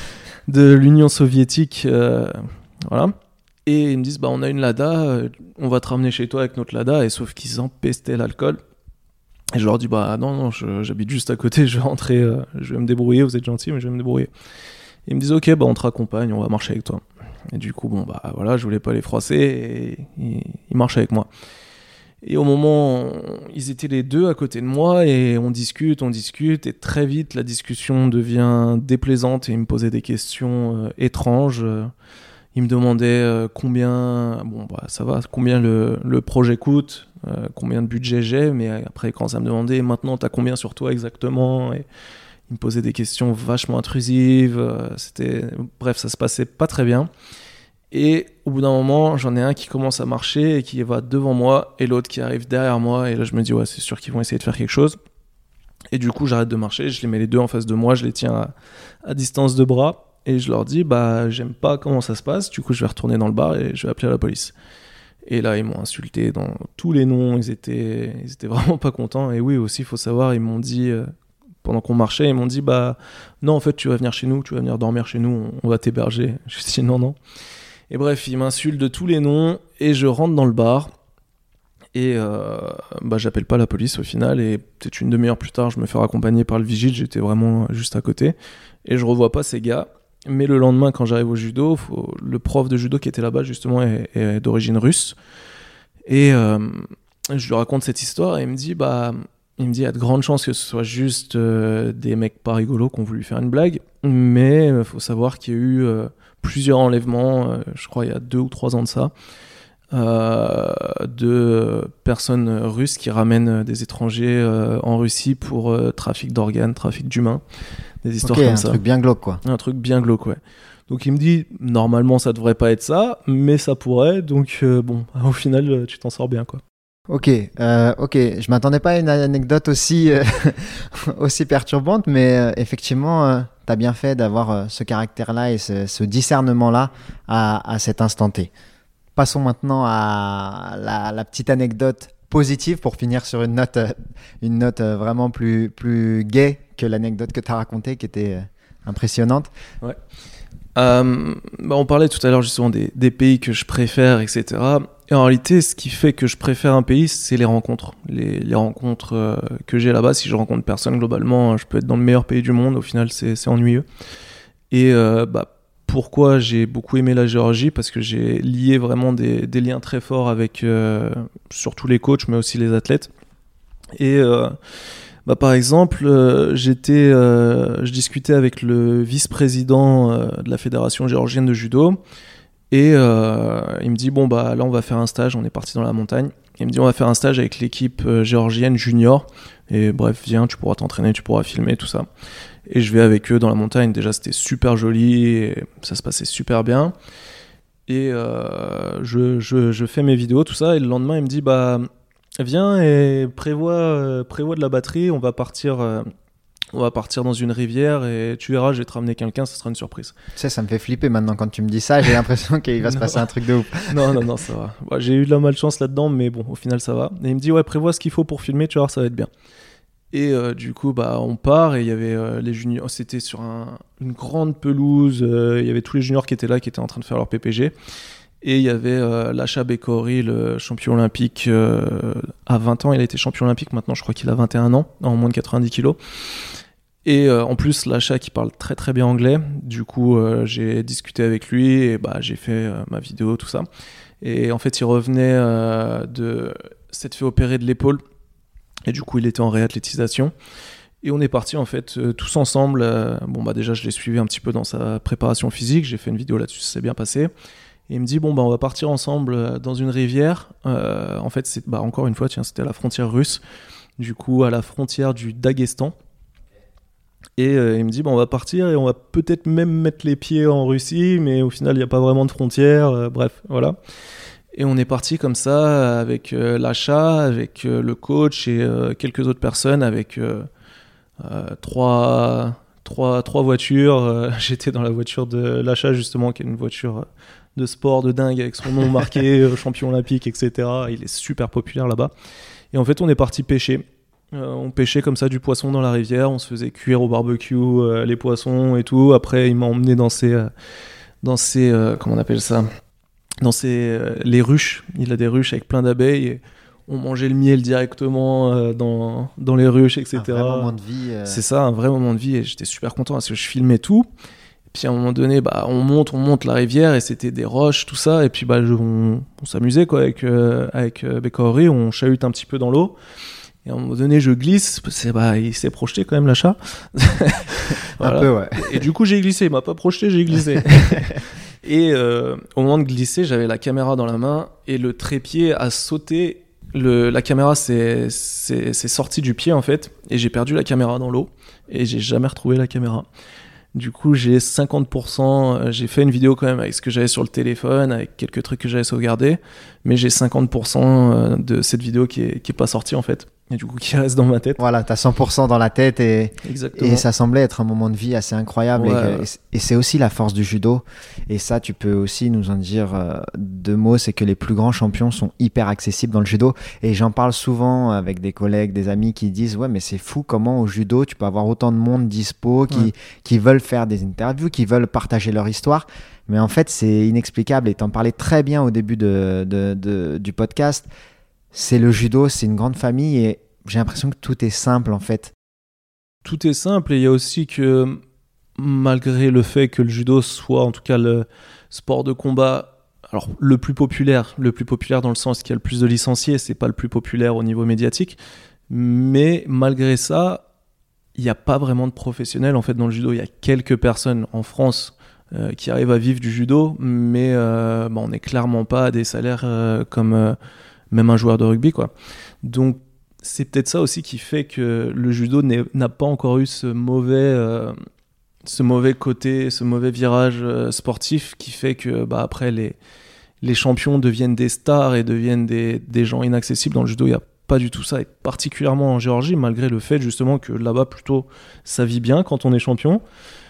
de l'Union soviétique. Euh, voilà. » Et ils me disent, bah, on a une Lada, euh, on va te ramener chez toi avec notre Lada. Et sauf qu'ils empestaient l'alcool. Et je leur dis, bah non, non, je, j'habite juste à côté, je vais rentrer, euh, je vais me débrouiller, vous êtes gentils, mais je vais me débrouiller. Et ils me disent, ok, bah, on te raccompagne, on va marcher avec toi. Et du coup, bon, bah voilà, je voulais pas les froisser et, et ils marchent avec moi. Et au moment, ils étaient les deux à côté de moi et on discute, on discute. Et très vite, la discussion devient déplaisante et ils me posaient des questions euh, étranges. Euh, Il me demandait euh, combien, bon bah ça va, combien le, le projet coûte, euh, combien de budget j'ai, mais après quand ça me demandait maintenant t'as combien sur toi exactement, et il me posait des questions vachement intrusives, euh, c'était, bref ça se passait pas très bien. Et au bout d'un moment j'en ai un qui commence à marcher et qui va devant moi et l'autre qui arrive derrière moi et là je me dis ouais c'est sûr qu'ils vont essayer de faire quelque chose. Et du coup j'arrête de marcher, je les mets les deux en face de moi, je les tiens à, à distance de bras. Et je leur dis, bah, j'aime pas comment ça se passe, du coup, je vais retourner dans le bar et je vais appeler la police. Et là, ils m'ont insulté dans tous les noms, ils étaient, ils étaient vraiment pas contents. Et oui, aussi, il faut savoir, ils m'ont dit, euh, pendant qu'on marchait, ils m'ont dit, bah, non, en fait, tu vas venir chez nous, tu vas venir dormir chez nous, on, on va t'héberger. Je dis, non, non. Et bref, ils m'insultent de tous les noms et je rentre dans le bar. Et euh, bah, j'appelle pas la police au final. Et peut-être une demi-heure plus tard, je me fais raccompagner par le vigile, j'étais vraiment juste à côté. Et je revois pas ces gars. Mais le lendemain, quand j'arrive au judo, faut... le prof de judo qui était là-bas, justement, est, est d'origine russe. Et euh, je lui raconte cette histoire et il me dit, bah, il me dit, il y a de grandes chances que ce soit juste euh, des mecs pas rigolos qui ont voulu faire une blague. Mais il faut savoir qu'il y a eu euh, plusieurs enlèvements, euh, je crois il y a deux ou trois ans de ça, euh, de personnes russes qui ramènent des étrangers euh, en Russie pour euh, trafic d'organes, trafic d'humains. Des histoires okay, comme un ça. Un truc bien glauque, quoi. Un truc bien glauque, ouais. Donc il me dit, normalement ça devrait pas être ça, mais ça pourrait, donc euh, bon, au final tu t'en sors bien, quoi. Ok, euh, ok. Je m'attendais pas à une anecdote aussi, euh, aussi perturbante, mais euh, effectivement, euh, tu as bien fait d'avoir euh, ce caractère-là et ce, ce discernement-là à, à cet instant T. Passons maintenant à la, la petite anecdote positive pour finir sur une note, euh, une note euh, vraiment plus, plus gaie que l'anecdote que tu as racontée qui était euh, impressionnante. Ouais. Euh, bah on parlait tout à l'heure justement des, des pays que je préfère, et cetera. Et en réalité, ce qui fait que je préfère un pays, c'est les rencontres. Les, les rencontres euh, que j'ai là-bas. Si je rencontre personne, globalement, je peux être dans le meilleur pays du monde. Au final, c'est, c'est ennuyeux. Et euh, bah, pourquoi j'ai beaucoup aimé la Géorgie ? Parce que j'ai lié vraiment des, des liens très forts avec euh, surtout les coachs, mais aussi les athlètes. Et euh, bah, par exemple, euh, j'étais, euh, je discutais avec le vice-président euh, de la fédération géorgienne de judo. Et euh, il me dit, bon, bah là, on va faire un stage. On est parti dans la montagne. Il me dit, on va faire un stage avec l'équipe euh, géorgienne junior. Et bref, viens, tu pourras t'entraîner, tu pourras filmer, tout ça. Et je vais avec eux dans la montagne. Déjà, c'était super joli et ça se passait super bien. Et euh, je, je, je fais mes vidéos, tout ça. Et le lendemain, il me dit, bah, viens et prévois, euh, prévois de la batterie. On va partir, euh, on va partir dans une rivière et tu verras, je vais te ramener quelqu'un, ça sera une surprise. Tu sais, ça me fait flipper maintenant quand tu me dis ça. J'ai l'impression qu'il va se passer un truc de ouf. Non, non, non, ça va. Ouais, j'ai eu de la malchance là-dedans, mais bon, au final, ça va. Et il me dit, ouais, prévois ce qu'il faut pour filmer, tu vas voir, ça va être bien. Et euh, du coup, bah, on part et il y avait euh, les juniors. C'était sur un, une grande pelouse. Euh, il y avait tous les juniors qui étaient là, qui étaient en train de faire leur P P G. Et il y avait euh, Lasha Bekouri, le champion olympique, euh, à vingt ans. Il a été champion olympique. Maintenant, je crois qu'il a vingt et un ans, en moins de quatre-vingt-dix kilos. Et euh, en plus, Lasha qui parle très très bien anglais. Du coup, euh, j'ai discuté avec lui et bah, j'ai fait euh, ma vidéo, tout ça. Et en fait, il revenait euh, de s'être fait opérer de l'épaule. Et du coup, il était en réathlétisation. Et on est partis en fait euh, tous ensemble. Euh, bon bah déjà, je l'ai suivi un petit peu dans sa préparation physique. J'ai fait une vidéo là-dessus, ça s'est bien passé. Et il me dit bon bah on va partir ensemble euh, dans une rivière. Euh, en fait, c'est bah encore une fois, tiens, c'était à la frontière russe. Du coup, à la frontière du Daghestan. Et euh, il me dit bon, on va partir et on va peut-être même mettre les pieds en Russie, mais au final, il n'y a pas vraiment de frontière. Euh, bref, voilà. Et on est parti comme ça avec euh, Lasha, avec euh, le coach et euh, quelques autres personnes, avec euh, euh, trois, trois, trois voitures. Euh, j'étais dans la voiture de Lasha justement, qui est une voiture de sport de dingue avec son nom marqué, euh, champion olympique, et cetera. Il est super populaire là-bas. Et en fait, on est parti pêcher. Euh, on pêchait comme ça du poisson dans la rivière, on se faisait cuire au barbecue euh, les poissons et tout. Après, il m'a emmené dans ces, euh, dans ces, euh, comment on appelle ça ? Dans ces, euh, les ruches. Il a des ruches avec plein d'abeilles et on mangeait le miel directement euh, dans, dans les ruches, et cetera. Un vrai moment de vie. Euh... C'est ça, un vrai moment de vie et j'étais super content parce que je filmais tout. Et puis à un moment donné, bah, on monte, on monte la rivière et c'était des roches, tout ça. Et puis bah, je, on, on s'amusait quoi, avec, euh, avec euh, Bekouri, on chahute un petit peu dans l'eau. Et à un moment donné, je glisse, c'est, bah, il s'est projeté quand même, Lasha. Voilà. Un peu, ouais. Et, et du coup, j'ai glissé, il m'a pas projeté, j'ai glissé. Et euh, au moment de glisser, j'avais la caméra dans la main et le trépied a sauté. Le, la caméra s'est, s'est, s'est sortie du pied en fait, et j'ai perdu la caméra dans l'eau et j'ai jamais retrouvé la caméra. Du coup, j'ai cinquante pour cent, j'ai fait une vidéo quand même avec ce que j'avais sur le téléphone, avec quelques trucs que j'avais sauvegardés, mais j'ai cinquante pour cent de cette vidéo qui est, qui est pas sortie en fait, et du coup qui reste dans ma tête. Voilà, t'as cent pour cent dans la tête et, et ça semblait être un moment de vie assez incroyable. Ouais. Et, que, et c'est aussi la force du judo. Et ça, tu peux aussi nous en dire euh, deux mots, c'est que les plus grands champions sont hyper accessibles dans le judo. Et j'en parle souvent avec des collègues, des amis qui disent ouais, mais c'est fou comment au judo tu peux avoir autant de monde dispo qui, ouais. qui veulent faire des interviews, qui veulent partager leur histoire. Mais en fait, c'est inexplicable. Et t'en parlais très bien au début de, de, de, du podcast. C'est le judo, c'est une grande famille et j'ai l'impression que tout est simple en fait. Tout est simple et il y a aussi que malgré le fait que le judo soit en tout cas le sport de combat, alors le plus populaire, le plus populaire dans le sens qu'il y a le plus de licenciés, c'est pas le plus populaire au niveau médiatique, mais malgré ça, il n'y a pas vraiment de professionnels en fait dans le judo. Il y a quelques personnes en France euh, qui arrivent à vivre du judo, mais euh, bah, on n'est clairement pas à des salaires euh, comme euh, même un joueur de rugby, quoi. Donc c'est peut-être ça aussi qui fait que le judo n'a pas encore eu ce mauvais, euh, ce mauvais côté, ce mauvais virage euh, sportif qui fait que bah, après les, les champions deviennent des stars et deviennent des, des gens inaccessibles. Dans le judo, il n'y a pas du tout ça, et particulièrement en Géorgie, malgré le fait justement que là-bas, plutôt, ça vit bien quand on est champion.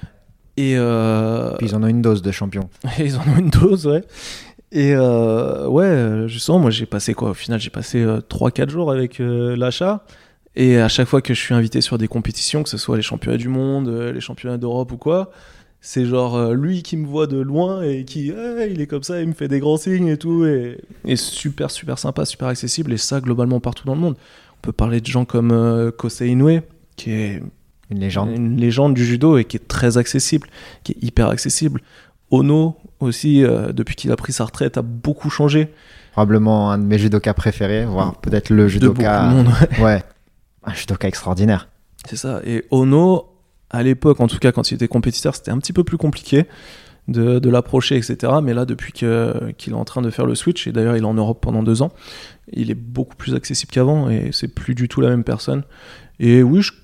Et euh... puis ils en ont une dose de champion. Ils en ont une dose, ouais. Et euh, ouais, justement, moi j'ai passé quoi ? Au final, j'ai passé euh, trois quatre jours avec euh, Lasha. Et à chaque fois que je suis invité sur des compétitions, que ce soit les championnats du monde, euh, les championnats d'Europe ou quoi, c'est genre euh, lui qui me voit de loin et qui, hey, il est comme ça, il me fait des grands signes et tout. Et, et super, super sympa, super accessible. Et ça, globalement, partout dans le monde. On peut parler de gens comme euh, Kosei Inoue, qui est une légende. une légende du judo et qui est très accessible, qui est hyper accessible. Ono aussi, euh, depuis qu'il a pris sa retraite, a beaucoup changé. Probablement un de mes judokas préférés, voire peut-être le judoka. De beaucoup de monde, ouais. ouais. Un judoka extraordinaire. C'est ça. Et Ono, à l'époque, en tout cas, quand il était compétiteur, c'était un petit peu plus compliqué de, de l'approcher, et cetera. Mais là, depuis que, qu'il est en train de faire le switch, et d'ailleurs, il est en Europe pendant deux ans, il est beaucoup plus accessible qu'avant et c'est plus du tout la même personne. Et oui, je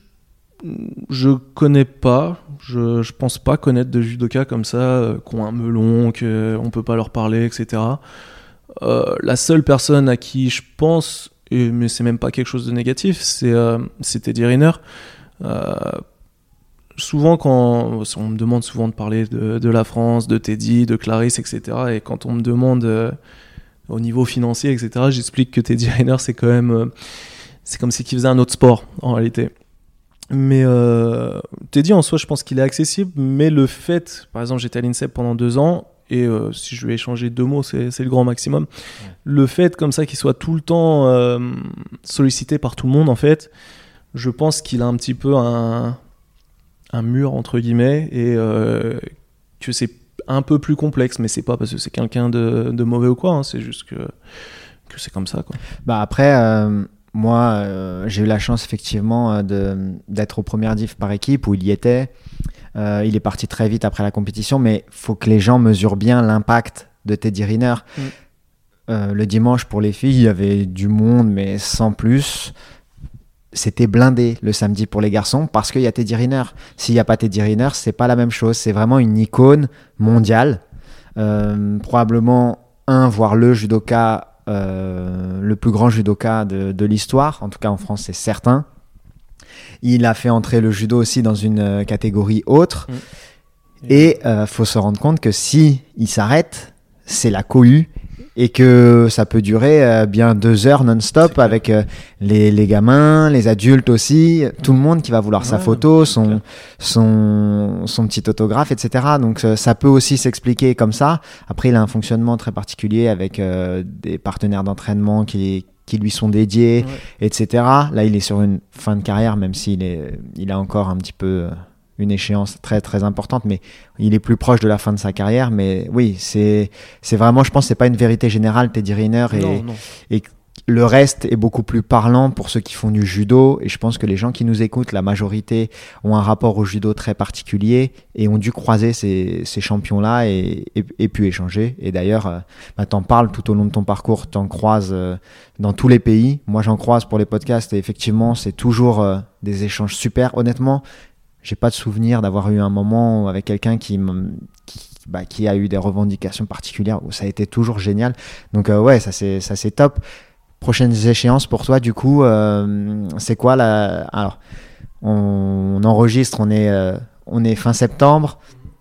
Je connais pas, je, je pense pas connaître de judokas comme ça, euh, qui ont un melon, qu'on peut pas leur parler, et cetera. Euh, la seule personne à qui je pense, et, mais c'est même pas quelque chose de négatif, c'est, euh, c'est Teddy Riner. Euh, souvent, quand on me demande souvent de parler de, de la France, de Teddy, de Clarisse, et cetera, et quand on me demande euh, au niveau financier, et cetera, j'explique que Teddy Riner, c'est quand même, euh, c'est comme si qu'il faisait un autre sport, en réalité. Mais euh, Teddy, en soi, je pense qu'il est accessible. Mais le fait, par exemple, j'étais à l'INSEP pendant deux ans. Et euh, si je vais échanger deux mots, c'est, c'est le grand maximum. Ouais. Le fait comme ça qu'il soit tout le temps euh, sollicité par tout le monde, en fait, je pense qu'il a un petit peu un, un mur, entre guillemets, et euh, que c'est un peu plus complexe. Mais c'est pas parce que c'est quelqu'un de, de mauvais ou quoi, hein, c'est juste que, que c'est comme ça, quoi. Bah après, euh, moi, euh, j'ai eu la chance effectivement de, d'être aux premières diffs par équipe où il y était. Euh, il est parti très vite après la compétition, mais il faut que les gens mesurent bien l'impact de Teddy Riner. Mm. Euh, le dimanche, pour les filles, il y avait du monde, mais sans plus. C'était blindé le samedi pour les garçons parce qu'il y a Teddy Riner. S'il n'y a pas Teddy Riner, c'est pas la même chose. C'est vraiment une icône mondiale. Euh, probablement un, voire le judoka, euh, le plus grand judoka de, de l'histoire. En tout cas, en France, c'est certain. Il a fait entrer le judo aussi dans une euh, catégorie autre. Mmh. Et il euh, faut se rendre compte que si il s'arrête, c'est la cohue et que ça peut durer euh, bien deux heures non-stop avec euh, les, les gamins, les adultes aussi, mmh. tout le monde qui va vouloir ouais, sa photo, son, son, son petit autographe, et cetera. Donc euh, ça peut aussi s'expliquer comme ça. Après, il a un fonctionnement très particulier avec euh, des partenaires d'entraînement qui qui lui sont dédiés, ouais. et cetera. Là, il est sur une fin de carrière, même s'il est, il a encore un petit peu une échéance très, très importante, mais il est plus proche de la fin de sa carrière. Mais oui, c'est, c'est vraiment, je pense, c'est pas une vérité générale, Teddy Riner, et, non, non. et le reste est beaucoup plus parlant pour ceux qui font du judo. Et je pense que les gens qui nous écoutent, la majorité, ont un rapport au judo très particulier et ont dû croiser ces, ces champions-là et, et, et pu échanger. Et d'ailleurs, euh, bah, t'en parles tout au long de ton parcours, t'en croises euh, dans tous les pays. Moi, j'en croise pour les podcasts et effectivement, c'est toujours euh, des échanges super. Honnêtement, j'ai pas de souvenir d'avoir eu un moment avec quelqu'un qui, qui, bah, qui a eu des revendications particulières où ça a été toujours génial. Donc euh, ouais, ça c'est, ça c'est top. Prochaines échéances pour toi, du coup, euh, c'est quoi la... Alors, on, on enregistre, on est, euh, on est fin septembre.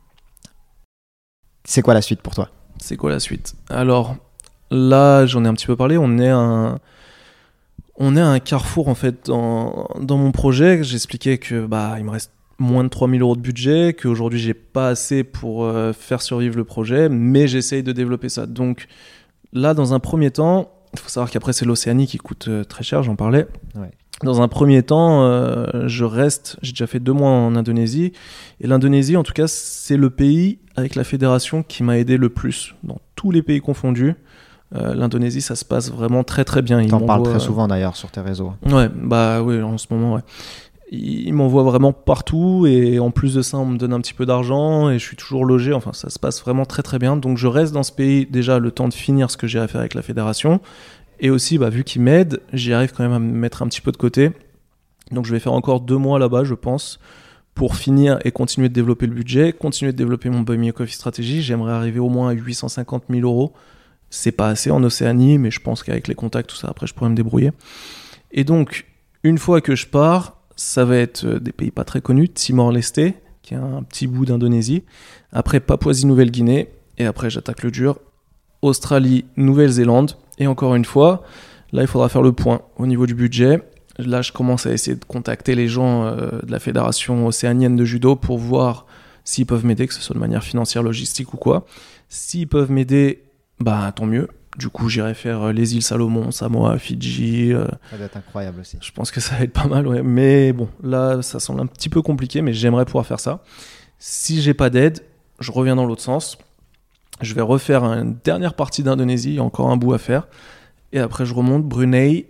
C'est quoi la suite pour toi ? C'est quoi la suite ? Alors, là, j'en ai un petit peu parlé. On est un, on est à un carrefour, en fait, dans, dans mon projet. J'expliquais que bah, il me reste moins de trois mille euros de budget, qu'aujourd'hui, j'ai pas assez pour euh, faire survivre le projet, mais j'essaye de développer ça. Donc, là, dans un premier temps... Il faut savoir qu'après, c'est l'Océanie qui coûte euh, très cher, j'en parlais. Ouais. Dans un premier temps, euh, je reste, j'ai déjà fait deux mois en Indonésie. Et l'Indonésie, en tout cas, c'est le pays avec la fédération qui m'a aidé le plus. Dans tous les pays confondus, euh, l'Indonésie, ça se passe vraiment très très bien. Tu en parles très souvent d'ailleurs sur tes réseaux. Ouais, bah oui, en ce moment, ouais. Il m'envoie vraiment partout et en plus de ça, on me donne un petit peu d'argent et je suis toujours logé. Enfin, ça se passe vraiment très très bien. Donc, je reste dans ce pays déjà le temps de finir ce que j'ai à faire avec la fédération. Et aussi, bah, vu qu'il m'aide, j'y arrive quand même à me mettre un petit peu de côté. Donc, je vais faire encore deux mois là-bas, je pense, pour finir et continuer de développer le budget, continuer de développer mon Buy Me a Coffee stratégie. J'aimerais arriver au moins à huit cent cinquante mille euros. C'est pas assez en Océanie, mais je pense qu'avec les contacts, tout ça, après, je pourrais me débrouiller. Et donc, une fois que je pars, ça va être des pays pas très connus, Timor-Leste, qui est un petit bout d'Indonésie. Après, Papouasie-Nouvelle-Guinée. Et après, j'attaque le dur. Australie, Nouvelle-Zélande. Et encore une fois, là, il faudra faire le point au niveau du budget. Là, je commence à essayer de contacter les gens euh, de la Fédération océanienne de judo pour voir s'ils peuvent m'aider, que ce soit de manière financière, logistique ou quoi. S'ils peuvent m'aider, bah tant mieux. Du coup, j'irai faire les îles Salomon, Samoa, Fidji. Euh, ça va être incroyable aussi. Je pense que ça va être pas mal, ouais. Mais bon, là, ça semble un petit peu compliqué, mais j'aimerais pouvoir faire ça. Si j'ai pas d'aide, je reviens dans l'autre sens. Je vais refaire une dernière partie d'Indonésie, il y a encore un bout à faire. Et après, je remonte Brunei,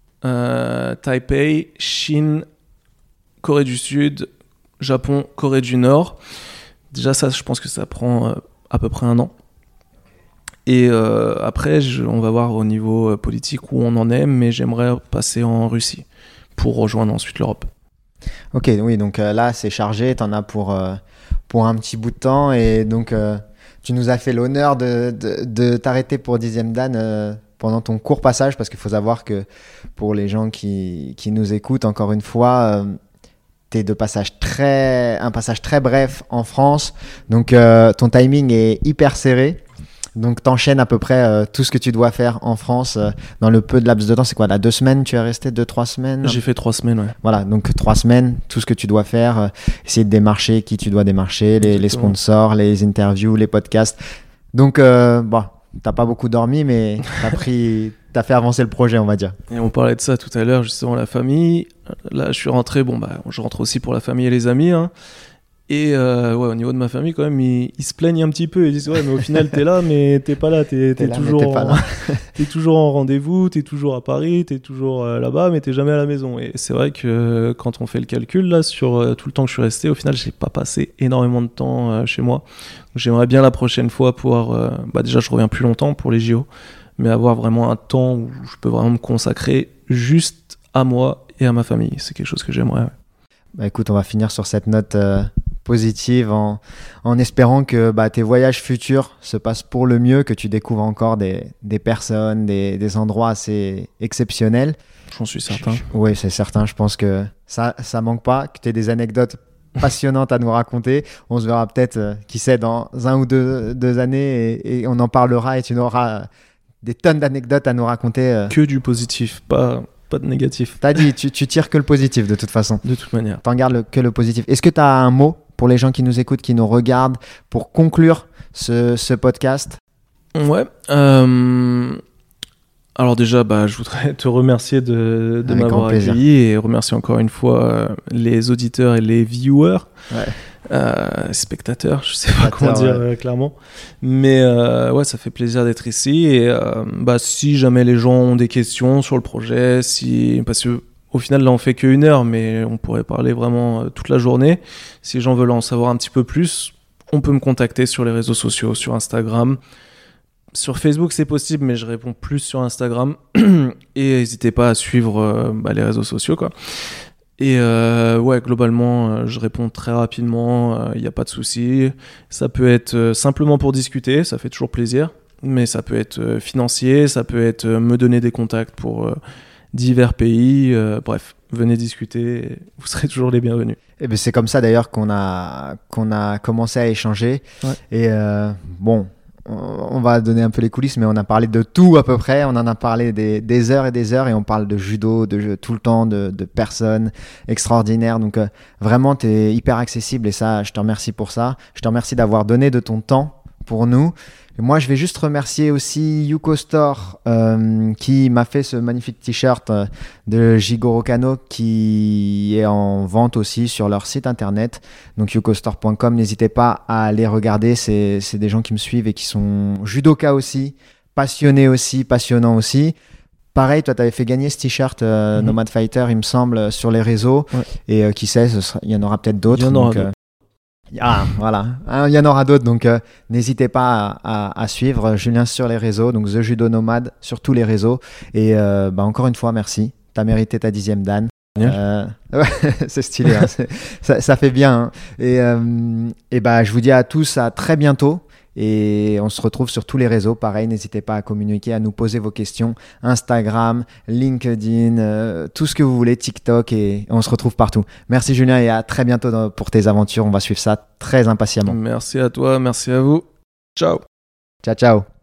euh, Taipei, Chine, Corée du Sud, Japon, Corée du Nord. Déjà, ça, je pense que ça prend euh, à peu près un an. Et euh, après, je, on va voir au niveau politique où on en est, mais j'aimerais passer en Russie pour rejoindre ensuite l'Europe. Ok, oui, donc euh, là, c'est chargé, t'en as pour, euh, pour un petit bout de temps, et donc euh, tu nous as fait l'honneur de, de, de t'arrêter pour dixième Dan euh, pendant ton court passage, parce qu'il faut savoir que pour les gens qui, qui nous écoutent, encore une fois, euh, t'es de passage très, un passage très bref en France, donc euh, ton timing est hyper serré. Donc, t'enchaînes à peu près euh, tout ce que tu dois faire en France euh, dans le peu de laps de temps. C'est quoi, là, deux semaines? Tu es resté deux, trois semaines? J'ai fait trois semaines, ouais. Voilà, donc trois semaines, tout ce que tu dois faire, euh, essayer de démarcher qui tu dois démarcher, les, les sponsors, les interviews, les podcasts. Donc, euh, bon, t'as pas beaucoup dormi, mais t'as pris, t'as fait avancer le projet, on va dire. Et on parlait de ça tout à l'heure, justement, la famille. Là, je suis rentré, bon, bah, je rentre aussi pour la famille et les amis, hein. Et euh, ouais, au niveau de ma famille, quand même, ils, ils se plaignent un petit peu. Ils disent ouais, mais au final, t'es là, mais t'es pas là. T'es, t'es, t'es là, toujours, mais t'es pas en... là. t'es toujours en rendez-vous, t'es toujours à Paris, t'es toujours euh, là-bas, mais t'es jamais à la maison. Et c'est vrai que euh, quand on fait le calcul là sur euh, tout le temps que je suis resté, au final, j'ai pas passé énormément de temps euh, chez moi. Donc, j'aimerais bien la prochaine fois pouvoir. Euh, bah déjà, je reviens plus longtemps pour les J O, mais avoir vraiment un temps où je peux vraiment me consacrer juste à moi et à ma famille. C'est quelque chose que j'aimerais. Ouais. Bah écoute, on va finir sur cette note euh, positive en, en espérant que bah, tes voyages futurs se passent pour le mieux, que tu découvres encore des, des personnes, des, des endroits assez exceptionnels. J'en suis certain. Oui, c'est certain. Je pense que ça ça manque pas, que tu aies des anecdotes passionnantes à nous raconter. On se verra peut-être, euh, qui sait, dans un ou deux, deux années et, et on en parlera et tu auras des tonnes d'anecdotes à nous raconter. Euh. Que du positif, pas... Pas de négatif. T'as dit, tu, tu tires que le positif de toute façon. De toute manière. T'en gardes le, que le positif. Est-ce que tu as un mot pour les gens qui nous écoutent, qui nous regardent, pour conclure ce, ce podcast? Ouais. Euh... Alors déjà, bah, je voudrais te remercier de, de m'avoir accueilli et remercier encore une fois euh, les auditeurs et les viewers. Ouais. Euh, spectateurs, je sais pas comment dire ouais. euh, clairement, mais euh, ouais, ça fait plaisir d'être ici et euh, bah si jamais les gens ont des questions sur le projet, si parce que au final là on fait qu'une heure, mais on pourrait parler vraiment euh, toute la journée. Si les gens veulent en savoir un petit peu plus, on peut me contacter sur les réseaux sociaux, sur Instagram, sur Facebook c'est possible, mais je réponds plus sur Instagram et n'hésitez pas à suivre euh, bah, les réseaux sociaux quoi. Et euh, ouais, globalement, euh, je réponds très rapidement, il euh, n'y a pas de souci. Ça peut être euh, simplement pour discuter, ça fait toujours plaisir, mais ça peut être euh, financier, ça peut être euh, me donner des contacts pour euh, divers pays. Euh, bref, venez discuter, vous serez toujours les bienvenus. Et ben c'est comme ça d'ailleurs qu'on a, qu'on a commencé à échanger. Ouais. Et euh, bon... on va donner un peu les coulisses, mais on a parlé de tout à peu près. On en a parlé des, des heures et des heures et on parle de judo, de jeu, tout le temps, de, de personnes extraordinaires. Donc euh, vraiment, tu es hyper accessible et ça, je te remercie pour ça. Je te remercie d'avoir donné de ton temps pour nous. Et moi, je vais juste remercier aussi Yuko Store euh, qui m'a fait ce magnifique t-shirt euh, de Jigoro Kano qui est en vente aussi sur leur site internet. Donc yuko store point com, n'hésitez pas à aller regarder. C'est, c'est des gens qui me suivent et qui sont judoka aussi, passionnés aussi, passionnants aussi. Pareil, toi, tu avais fait gagner ce t-shirt euh, mm-hmm. Nomad Fighter, il me semble, sur les réseaux. Ouais. Et euh, qui sait, ce sera, il y en aura peut-être d'autres. Il y en aura donc, d'autres. Euh, Ah, voilà, il y en aura d'autres, donc euh, n'hésitez pas à, à, à suivre Julien sur les réseaux, donc The Judo Nomad sur tous les réseaux. Et euh, bah, encore une fois, merci. Tu as mérité ta dixième Dan. Euh, ouais, c'est stylé, hein, c'est, ça, ça fait bien. Hein. Et, euh, et bah, je vous dis à tous à très bientôt. Et on se retrouve sur tous les réseaux. Pareil, n'hésitez pas à communiquer, à nous poser vos questions. Instagram, LinkedIn, euh, tout ce que vous voulez, TikTok, et on se retrouve partout. Merci Julien et à très bientôt dans, pour tes aventures. On va suivre ça très impatiemment. Merci à toi, merci à vous. Ciao. Ciao, ciao.